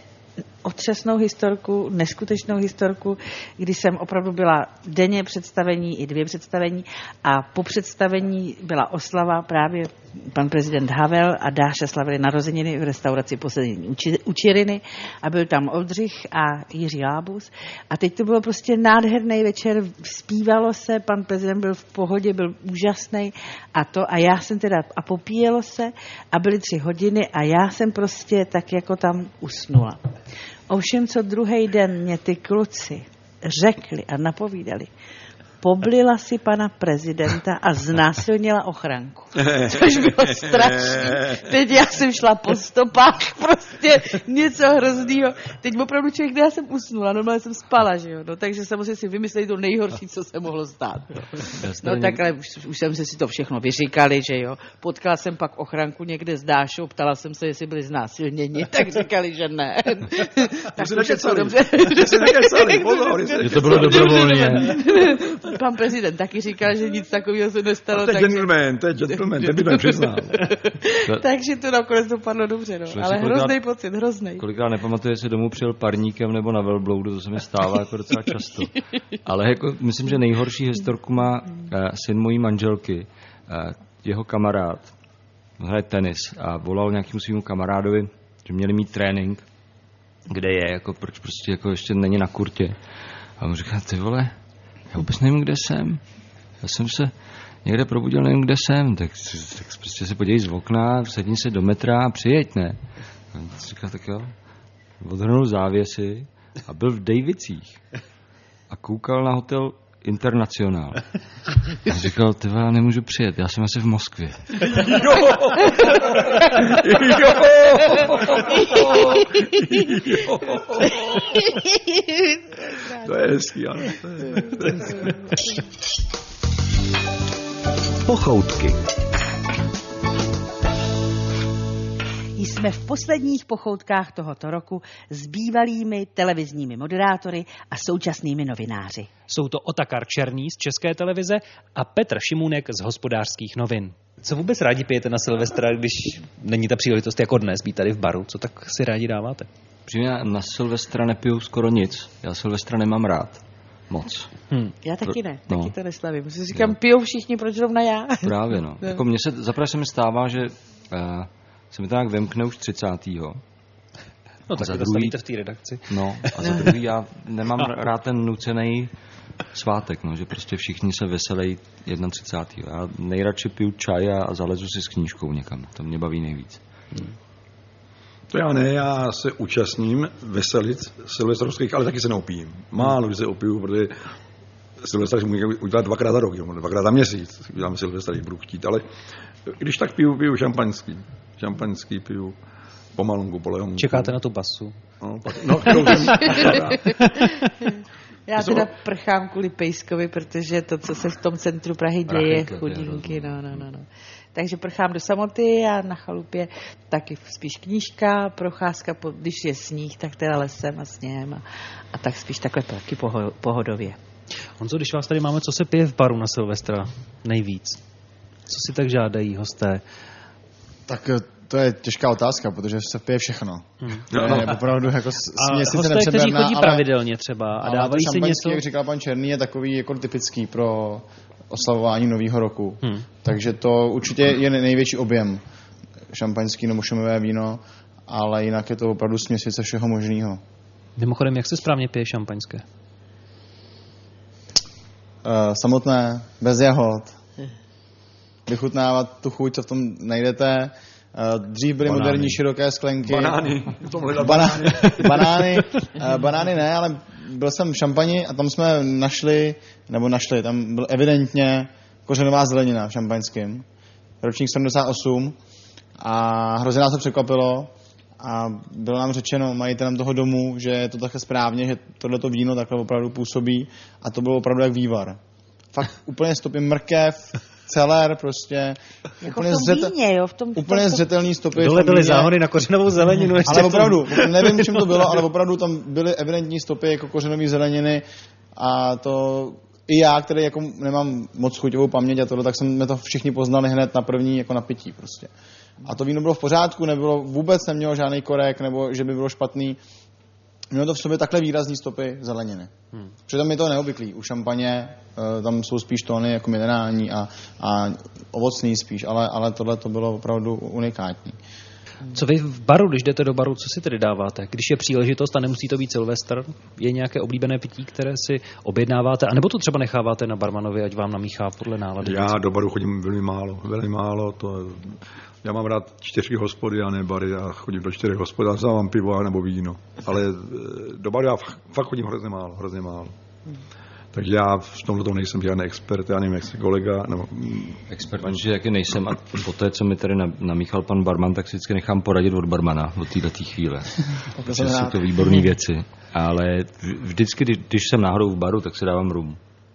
otřesnou historku, neskutečnou historku, kdy jsem opravdu byla denně představení i 2 představení a po představení byla oslava, právě pan prezident Havel a Dáša slavili narozeniny v restauraci Poslední u Čiriny a byl tam Oldřich a Jiří Lábus a teď to bylo prostě nádherný večer, zpívalo se, pan prezident byl v pohodě, byl úžasný a já jsem teda, a popíjelo se a byly 3 hodiny a já jsem prostě tak jako tam usnula. Ovšem, co druhý den mě ty kluci řekli a napovídali, poblila si pana prezidenta a znásilnila ochranku. Což bylo strašné. Teď já jsem šla po stopách, prostě něco hroznýho. Teď opravdu člověk, já jsem usnula, normálně jsem spala, že jo. No, takže samozřejmě si vymysleli to nejhorší, co se mohlo stát. No takhle už jsem si to všechno vyříkali, že jo. Potkala jsem pak ochranku někde s Dášou, ptala jsem se, jestli byli znásilněni, tak říkali, že ne. Tak to všechno dobře. Že to bylo dobrovolně. Pan prezident taky říkal, že nic takového se nestalo. To je gentleman, ten by to přiznal. Takže to nakonec dopadlo dobře, no. Ale hrozný pocit, hrozný. Kolikrát nepamatuje, jestli domů přijel parníkem nebo na velbloudu, to se mi stává jako docela často. Ale jako, myslím, že nejhorší historku má syn mojí manželky, jeho kamarád, hraje tenis a volal nějakému svému kamarádovi, že měli mít trénink, kde je, jako proč prostě jako ještě není na kurtě. A on říká, ty vole, já vůbec nevím, kde jsem. Já jsem se někde probudil, nevím, kde jsem. Tak prostě se podívej z okna, sedni se do metra a přijeď, ne? A on říká, tak jo. Odhrnul závěsy a byl v Dejvicích. A koukal na hotel Internacionál. A říkal, tyva, já nemůžu přijet, já jsem asi v Moskvě. To je hezký, ano. Pochoutky. Jsme v posledních pochoutkách tohoto roku s bývalými televizními moderátory a současnými novináři. Jsou to Otakar Černý z České televize a Petr Šimůnek z Hospodářských novin. Co vůbec rádi pijete na Silvestra, když není ta příležitost jako dnes být tady v baru? Co tak si rádi dáváte? Já na Silvestra nepiju skoro nic. Já Silvestra nemám rád. Moc. Já taky ne, taky to neslavím. Si říkám, pijou všichni, proč zrovna já? Právě, no. Jako zaprvé se mi stává, že se mi to tak vemkne už 30. No tak to stavíte v té redakci. No a za druhý já nemám rád ten nucený svátek, no, že prostě všichni se veselejí 31. Já nejradši piju čaj a zalezu si s knížkou někam. To mě baví nejvíc. To já ne, já se účastním veselic silvestrovských, ale taky se neopijím. Málo, že se opiju, protože Silvestra můžu udělat 2krát za rok, 2krát za měsíc. Udělám Silvestra, když budu chtít, ale když tak piju šampaňský. Šampaňský piju pomalunku, polehonku. Čekáte na tu basu? No, Já teda prchám kvůli Pejskovi, protože to, co se v tom centru Prahy děje, chudinky, no. Takže prchám do samoty a na chalupě taky spíš knížka, procházka, když je sníh, tak teda lesem a sněhem a tak spíš takhle taky pohodově. Honzo, když vás tady máme, co se pije v baru na Silvestra nejvíc? Co si tak žádají hosté? Tak to je těžká otázka, protože se pije všechno. Je opravdu jako a hosté, kteří chodí pravidelně třeba a dávají si něco... jak říkal pan Černý, je takový jako typický pro oslavování nového roku. Takže to určitě je největší objem šampaňský nebo šumivé víno, ale jinak je to opravdu směsice všeho možného. Mimochodem, jak se správně pije šampaňské? Samotné, bez jahod. Vychutnávat tu chuť, co v tom najdete. Dřív byly moderní široké sklenky. Banány ne, ale byl jsem v Šampani a tam jsme našli, tam byl evidentně kořenová zelenina v šampaňském. Ročník 78 a hrozně nás to překvapilo a bylo nám řečeno majitelem toho domu, že je to také správně, že tohleto víno takhle opravdu působí a to bylo opravdu jak vývar. Fakt úplně stopy mrkev, celer prostě. Jako úplně zřetelný stopy. Dole byly záhony na kořenovou zeleninu. Ale opravdu, nevím, čím to bylo, ale opravdu tam byly evidentní stopy jako kořenové zeleniny a to i já, který jako nemám moc chuťovou paměť a tohle, tak jsme to všichni poznali hned na první jako napití prostě. A to víno bylo v pořádku, nemělo žádný korek, nebo že by bylo špatný. Mělo to v sobě takhle výrazný stopy zeleniny. Přitom je to neobvyklý. U šampaně tam jsou spíš tóny jako minerální a ovocný spíš, ale tohle to bylo opravdu unikátní. Co vy v baru, když jdete do baru, co si tedy dáváte? Když je příležitost a nemusí to být Silvestr, je nějaké oblíbené pití, které si objednáváte, anebo to třeba necháváte na barmanovi, ať vám namíchá podle nálady? Já do baru chodím velmi málo. Já mám rád 4 hospody a ne bary, já chodím do 4 hospod a vzávám pivo nebo víno. Ale do baru já fakt chodím hrozně málo. Takže já v tomhle nejsem žádný expert, já nevím, jak si kolega... Nebo... Expert, protože jaký nejsem a po té, co mi tady namíchal pan barman, tak si vždycky nechám poradit od barmana od této chvíle. Protože jsou to výborné věci. Ale vždycky, když jsem náhodou v baru, tak si dávám rum.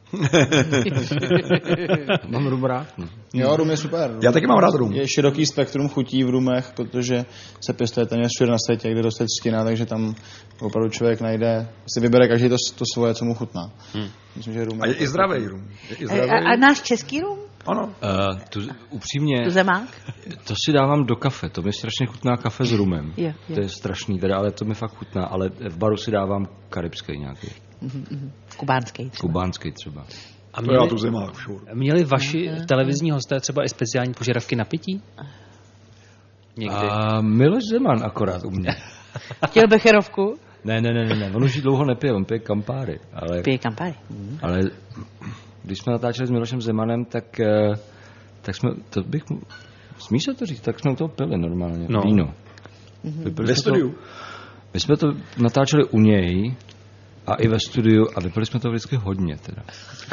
Mám rum rád. Jo, rum je super. Já taky mám rád rum. Je široký spektrum chutí v rumech, protože se pěstuje téměř všude na světě, kde roste třtina, takže tam opravdu člověk najde, si vybere každý to svoje, co mu chutná. Myslím, že rum a je i zdravý rum. A náš český rum? Ano. Upřímně, zemák? To si dávám do kafe, to mi strašně chutná kafe s rumem. To je strašný, teda, ale to mi fakt chutná, ale v baru si dávám karibský nějaký. Kubánský třeba. A měli vaši televizní hosté třeba i speciální požadavky na pití? Někdy. A Miloš Zeman akorát u mě. Chtěl becherovku? Ne, on už dlouho nepije, on pije Campari. Pije Campari. Ale když jsme natáčeli s Milošem Zemanem, tak jsme, smí se to říct, tak jsme u toho pili normálně, víno. Ve studiu? My jsme to natáčeli u něj a i ve studiu a vypili jsme to vždycky hodně teda.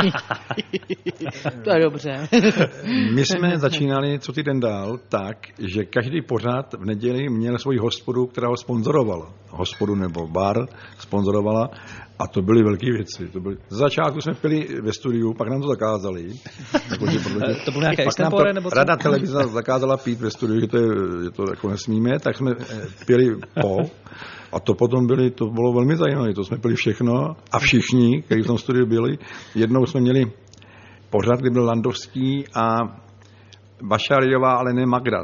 To je dobře. My jsme začínali co týden dál tak, že každý pořad v neděli měl svoji hospodu, která ho sponzorovala. Hospodu nebo bar sponzorovala a to byly velké věci. Z začátku jsme pili ve studiu, pak nám to zakázali. To bylo nějaké extempore? Nebo co? Rada televize zakázala pít ve studiu, že to jako nesmíme, tak jsme pili a to potom to bylo velmi zajímavé, to jsme pili všechno a všichni, kteří v tom studiu byli. Jednou jsme měli pořad, kdy byl Landovský a Bašariová, ale ne Magda,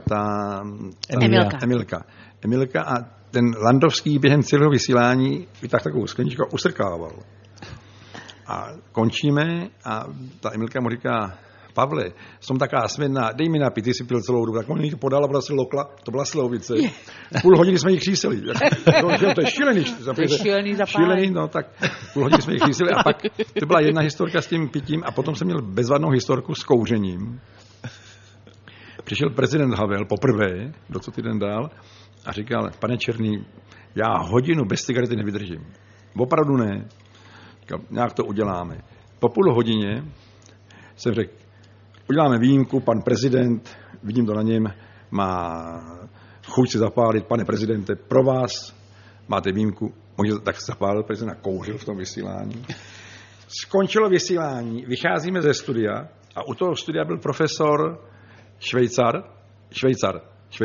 Emilka a ten Landovský během celého vysílání vytáhl takovou skleničku a usrkával. A končíme a ta Emilka mu říká: Pavle, jsem taková smědná, dej mi napít, ty jsi pil celou dobu. Tak on mi to podala, byla si lokla, to byla slouvice. Půl hodiny jsme ji křísili. To je šílený. To je šílený, no tak půl hodiny jsme ji křísili. A pak to byla jedna historka s tím pitím a potom jsem měl bezvadnou historku s kouřením. Přišel prezident Havel poprvé, do co týden dál, a říkal: pane Černý, já hodinu bez cigarety nevydržím. Opravdu ne. Říkal, nějak to uděláme. Po půl hodině jsem řekl: uděláme výjimku, pan prezident, vidím to na něm, má chuť si zapálit, pane prezidente, pro vás máte výjimku. Tak zapálil prezident a kouřil v tom vysílání. Skončilo vysílání, vycházíme ze studia a u toho studia byl profesor Švejcar,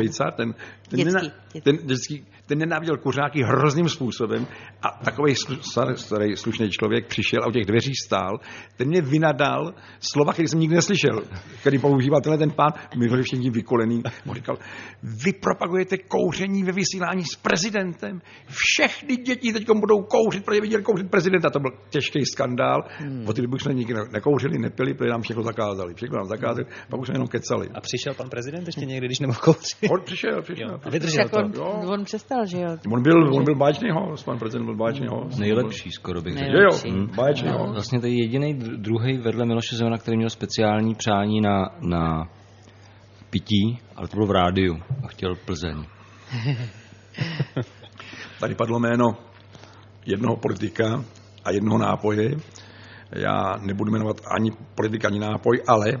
ten nenáviděl kuřáky hrozným způsobem a takový starý slušný člověk přišel a u těch dveří stál, ten mě vynadal slova, který jsem nikdy neslyšel, který používal ten pán, my byli všichni vykolený, on říkal, vy propagujete kouření ve vysílání s prezidentem, všechny děti teď budou kouřit, protože viděli kouřit prezidenta, to byl těžký skandál, od té doby jsme nikdy nekouřili, nepili, protože nám všechno zakázali, pak už jsme jenom kecali. A přišel pan prezident ještě někdy, když nemohl kouřit? On přišel. A vydržel to. On přestal, že jo? On byl báječný host, pan prezident byl báječný host. Nejlepší skoro bych řekl. Jo, báječný host. Vlastně to je jediný druhý vedle Miloše Zemana, který měl speciální přání na pití, ale to bylo v rádiu a chtěl Plzeň. Tady padlo jméno jednoho politika a jednoho nápoje. Já nebudu jmenovat ani politik, ani nápoj, ale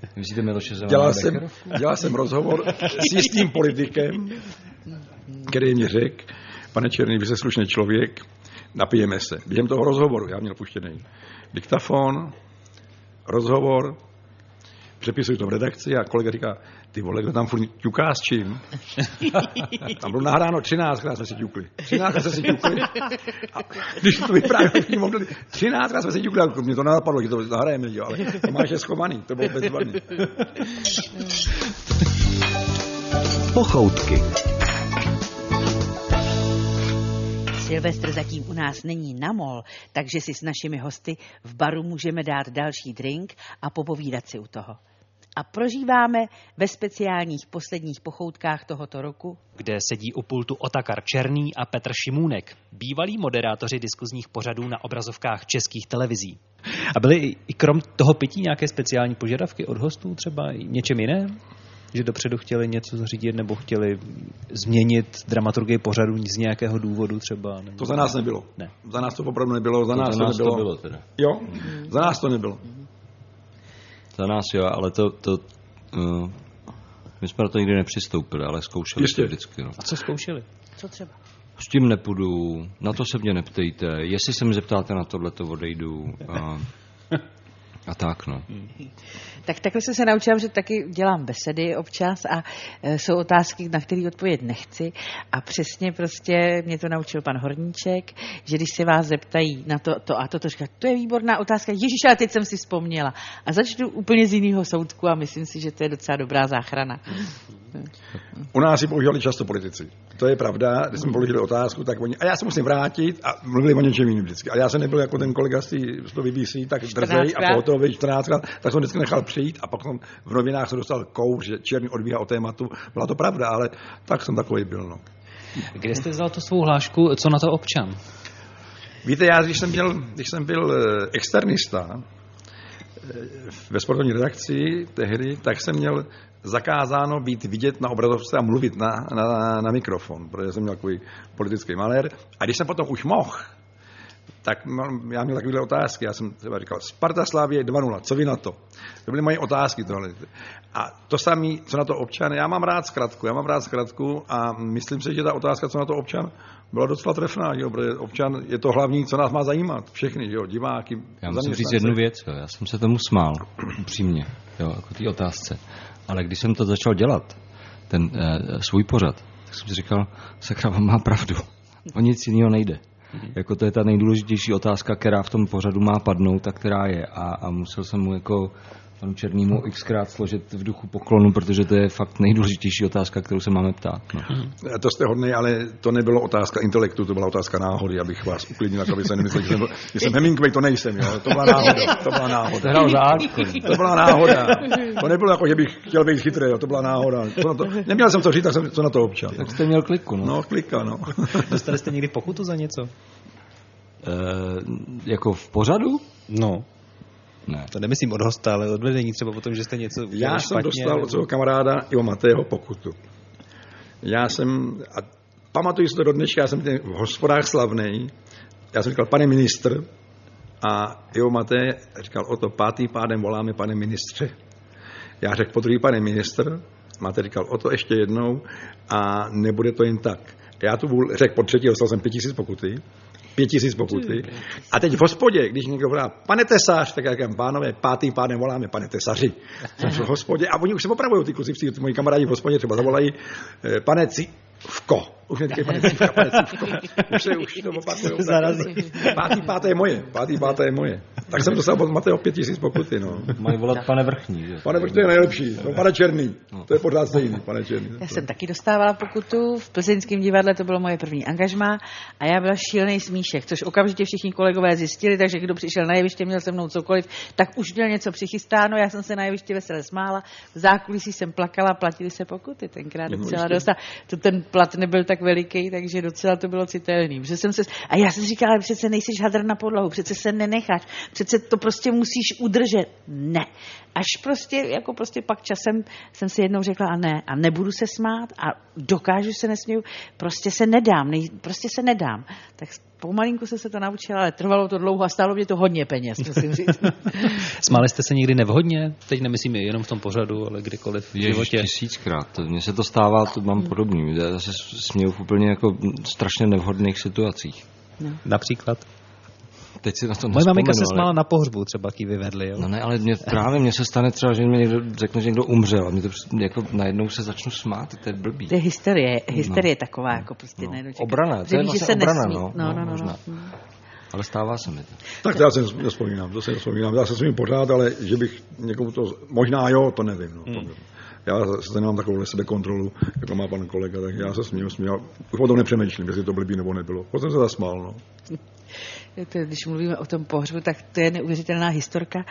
dělal jsem rozhovor s jistým politikem, který mě řekl, pane Černý, vy jste slušný člověk, napijeme se. Během toho rozhovoru, já měl puštěný diktafon, rozhovor, přepisuji to v redakci a kolega říká, ty vole, kdo tam furt ťuká s čím? Tam bylo nahráno 13krát jsme si ťukli. 13krát jsme si ťukli. A když to vyprávěl, 13krát jsme si ťukli, a mě to napadlo, že to zahrajeme, ale to máš je schovaný, to bylo bezvadný. Pochoutky. Silvestr zatím u nás není na mol, takže si s našimi hosty v baru můžeme dát další drink a popovídat si u toho. A prožíváme ve speciálních posledních pochoutkách tohoto roku, kde sedí u pultu Otakar Černý a Petr Šimůnek, bývalí moderátoři diskuzních pořadů na obrazovkách českých televizí. A byly i krom toho pití nějaké speciální požadavky od hostů, třeba něčem jiném? Že dopředu chtěli něco zařídit nebo chtěli změnit dramaturgii pořadu z nějakého důvodu třeba? Nebo... To za nás nebylo. Ne. Za nás to opravdu nebylo. Za nás to bylo teda. Jo, za nás to nebylo. Za nás jo, ale my jsme na to nikdy nepřistoupili, ale zkoušeli to vždycky. No. A co zkoušeli? Co třeba? S tím nepůjdu, na to se mě neptejte, jestli se mi zeptáte na tohle, to odejdu. A tak, no. Tak takhle jsem se naučila, že taky dělám besedy občas a jsou otázky, na které odpovědět nechci. A přesně prostě mě to naučil pan Horníček, že když se vás zeptají na to a to říká, to je výborná otázka, ježiš, ale teď jsem si vzpomněla. A začnu úplně z jiného soudku a myslím si, že to je docela dobrá záchrana. U nás si používali často politici. To je pravda, když jsme položili otázku, tak oni, a já se musím vrátit a mluvili o něčem jiným vždycky. A já jsem nebyl jako ten kolega z toho BBC, tak drzej a potom 14krát, tak jsem vždycky nechal přijít a pak jsem v novinách se dostal kouř, že Černý odbíhá o tématu. Byla to pravda, ale tak jsem takový byl. No. Kde jste vzal tu svou hlášku, co na to občan? Víte, já když jsem byl externista ve sportovní redakci tehdy, tak jsem měl zakázáno být vidět na obrazovce a mluvit na mikrofon, protože jsem měl takový politický malér. A když jsem potom už mohl, tak já měl takovéhle otázky. Já jsem třeba říkal, Sparta Slavie 2-0, co vy na to? To byly moje otázky tohle. A to samé, co na to občan, já mám rád zkratku a myslím si, že ta otázka, co na to občan, byla docela trefná, jo, protože občan je to hlavní, co nás má zajímat, všechny, jo, diváky. Já musím říct jednu věc, jo, já jsem se tomu smál, upřímně, jo, jako té otázce. Ale když jsem to začal dělat, ten svůj pořad, tak jsem si říkal, sakra, on má pravdu, o nic jiného nejde. Jako to je ta nejdůležitější otázka, která v tom pořadu má padnout a která je. A musel jsem mu jako panu Černýmu xkrát složit v duchu poklonu, protože to je fakt nejdůležitější otázka, kterou se máme ptát. No. To jste hodný, ale to nebylo otázka intelektu, to byla otázka náhody, abych vás uklidnil, aby se nemyslel, že jsem Hemingway, to nejsem, jo. To byla náhoda. To byla náhoda. To nebylo jako, že bych chtěl být chytrý, jo. To byla náhoda. Neměl jsem co říct, tak jsem co na to občan. Tak jste měl kliku, no. No, klika, no. Dostali jste někdy pokutu za něco? Jako v pořadu? No. Ne. To nemyslím od hosta, ale od vedení třeba potom, že jste něco udělali Já špatně. Já jsem dostal od svého kamaráda Ivo Matého pokutu. A pamatuju si to do dneška, já jsem v hospodách slavnej, já jsem říkal, pane ministr, a Ivo Matej říkal, o to 5. pádem voláme, pane ministře. Já řekl, podruhý, pane ministr, Matej říkal, o to ještě jednou a nebude to jen tak. Já tu řekl po třetí, dostal jsem 5000 pokuty 5000 pokuty. A teď v hospodě, když někdo volá pane tesař, tak jak pánové, pátým pádem voláme pane tesaři. Jsem v hospodě a oni už se opravují, ty kluci, moji kamarádi v hospodě třeba zavolají pane Cívko. Už neříkají pane Cívka, pane Cívko. Už to opakujou. Pátý je moje. Tak jsem dostal od Mateo 5000 pokuty, no. Mají volat pane Vrchní, že? Pane Vrchní je nejlepší, no, pane Černý. To je pořád stejný, pane Černý. Já jsem taky dostávala pokutu, v Plzeňském divadle to bylo moje první angažmá a já byla šílený smíšek, což okamžitě všichni kolegové zjistili, takže kdo přišel na jeviště, měl se mnou cokoliv, tak už měl něco přichystáno, já jsem se na jeviště vesele smála, v zákulisí jsem plakala, platili se pokuty, tenkrát docela dost. To ten plat nebyl tak veliký, takže docela to bylo citelný. A já jsem říkala, přece nejsiš hadr na podlahu, přece se nenecháš, přece to prostě musíš udržet. Ne. Až prostě pak časem jsem si jednou řekla a nebudu se smát a dokážu se nesměju, prostě se nedám. Tak pomalinku jsem se to naučila, ale trvalo to dlouho a stálo mě to hodně peněz, musím říct. Smáli jste se někdy nevhodně? Teď nemyslím jenom v tom pořadu, ale kdykoliv v životě. Tisíckrát. Mně se to stává, to mám podobný. Já se směju v úplně jako strašně nevhodných situacích. No. Například? Teď si na to moje maminka se smála na pohřbu, třeba ký vyvedli. Jo? No ne, ale mně se stane třeba, že mi někdo řekne, že někdo umřel a mě to jako najednou se začnu smát, to je blbý. To je hysterie taková, jako prostě najednou. Obrana, to je vlastně obrana, možná. Ale stává se mi to. Tak to já se nespomínám, já se svým pořád, ale že bych někomu to, možná jo, to nevím. No, já se nemám takovou sebekontrolu, jako má pan kolega, tak já se směju, už o tom nepřemýšlím, jestli to blbý nebo nebylo. Potom se zasmál, no. Když mluvíme o tom pohřbu, tak to je neuvěřitelná historka.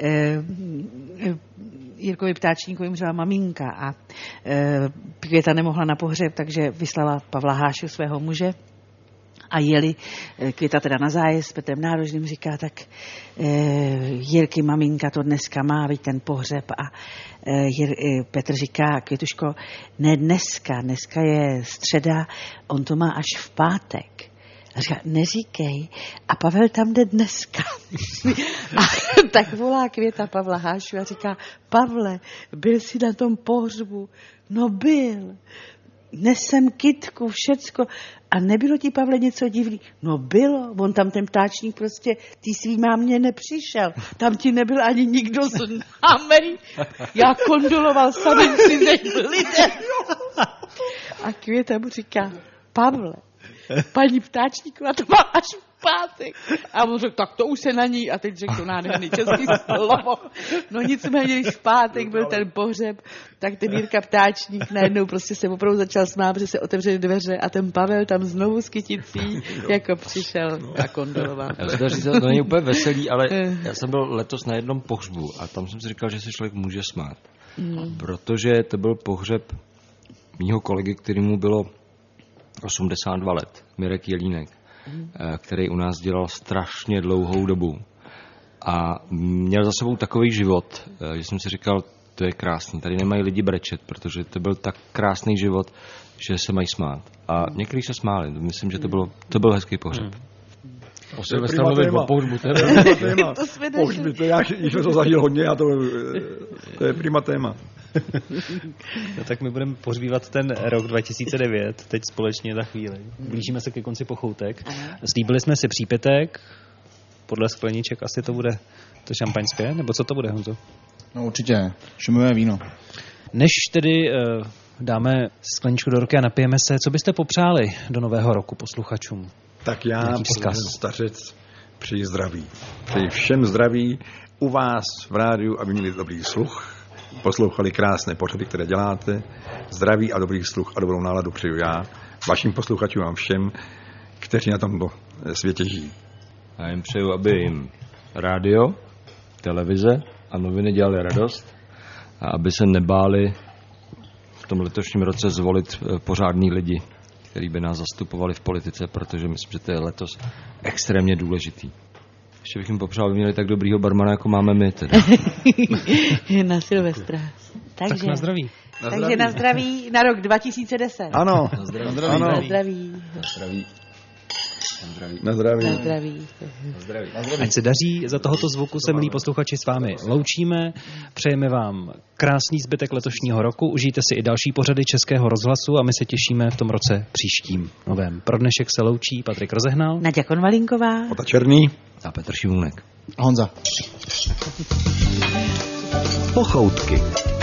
Jirkovi Ptáčníkovi umřela maminka a Květa nemohla na pohřeb, takže vyslala Pavla Hášu, svého muže, a jeli Květa teda na zájezd s Petrem Nárožným, říká, tak Jirky maminka to dneska má, víc ten pohřeb a Petr říká, Květuško, ne dneska je středa, on to má až v pátek. A říká, neříkej. A Pavel tam jde dneska. A tak volá Květa Pavla Hášu a říká, Pavle, byl jsi na tom pohřbu? No byl. Nesem kytku, všecko. A nebylo ti, Pavle, něco divný? No bylo. On tam ten Ptáčník prostě, ty svý mámě nepřišel. Tam ti nebyl ani nikdo známý. Já kondoloval samým cizím lidem. A Květa mu říká, Pavle, paní Ptáčníková to má až v pátek. A on řekl, tak to už se na ní, a teď řekl to nádherný český slovo. No nicméně, když v pátek byl ten pohřeb, tak ten Jirka Ptáčník najednou prostě se opravdu začal smát, protože se otevřely dveře a ten Pavel tam znovu s kyticí jako přišel a kondoloval. To není úplně veselý, ale já jsem byl letos na jednom pohřbu a tam jsem si říkal, že se člověk může smát. Protože to byl pohřeb mýho kolegy, kterému bylo 82 let, Mirek Jelínek, který u nás dělal strašně dlouhou dobu a měl za sebou takový život, že jsem si říkal, to je krásný, tady nemají lidi brečet, protože to byl tak krásný život, že se mají smát. A někteří se smáli, myslím, že to byl hezký pohřeb. To jsme to zažil hodně a to je prima téma. No tak my budeme pohřbívat ten rok 2009, teď společně za chvíli. Blížíme se ke konci pochoutek. Slíbili jsme si přípitek, podle skleniček asi to bude to šampaňské, nebo co to bude, Honzo? No určitě, šumivé víno. Než tedy dáme skleničku do ruky a napijeme se, co byste popřáli do nového roku posluchačům? Tak já, stařec, přeji zdraví. Přeji všem zdraví u vás v rádiu, aby měli dobrý sluch, poslouchali krásné pořady, které děláte. Zdraví a dobrý sluch a dobrou náladu přeju já, vašim posluchačům a všem, kteří na tomto světě žijí. Já jim přeju, aby jim rádio, televize a noviny dělali radost a aby se nebáli v tom letošním roce zvolit pořádný lidi, který by nás zastupovali v politice, protože myslím, že to je letos extrémně důležitý. Ještě bych jim popřál, aby měli tak dobrýho barmana, jako máme my teda. Na Silvestra. Tak na zdraví. Takže na zdraví na rok 2010. Ano. Na zdraví. Na zdraví. Na zdraví. Na zdraví. Na zdraví. Ať se daří, za tohoto zvuku se, milí posluchači, s vámi loučíme. Přejeme vám krásný zbytek letošního roku, užijte si i další pořady Českého rozhlasu a my se těšíme v tom roce příštím novém. Pro dnešek se loučí Patrik Rozehnal, Naďa Konvalinková, Ota Černý a Petr Šimunek. Honza. Pochoutky.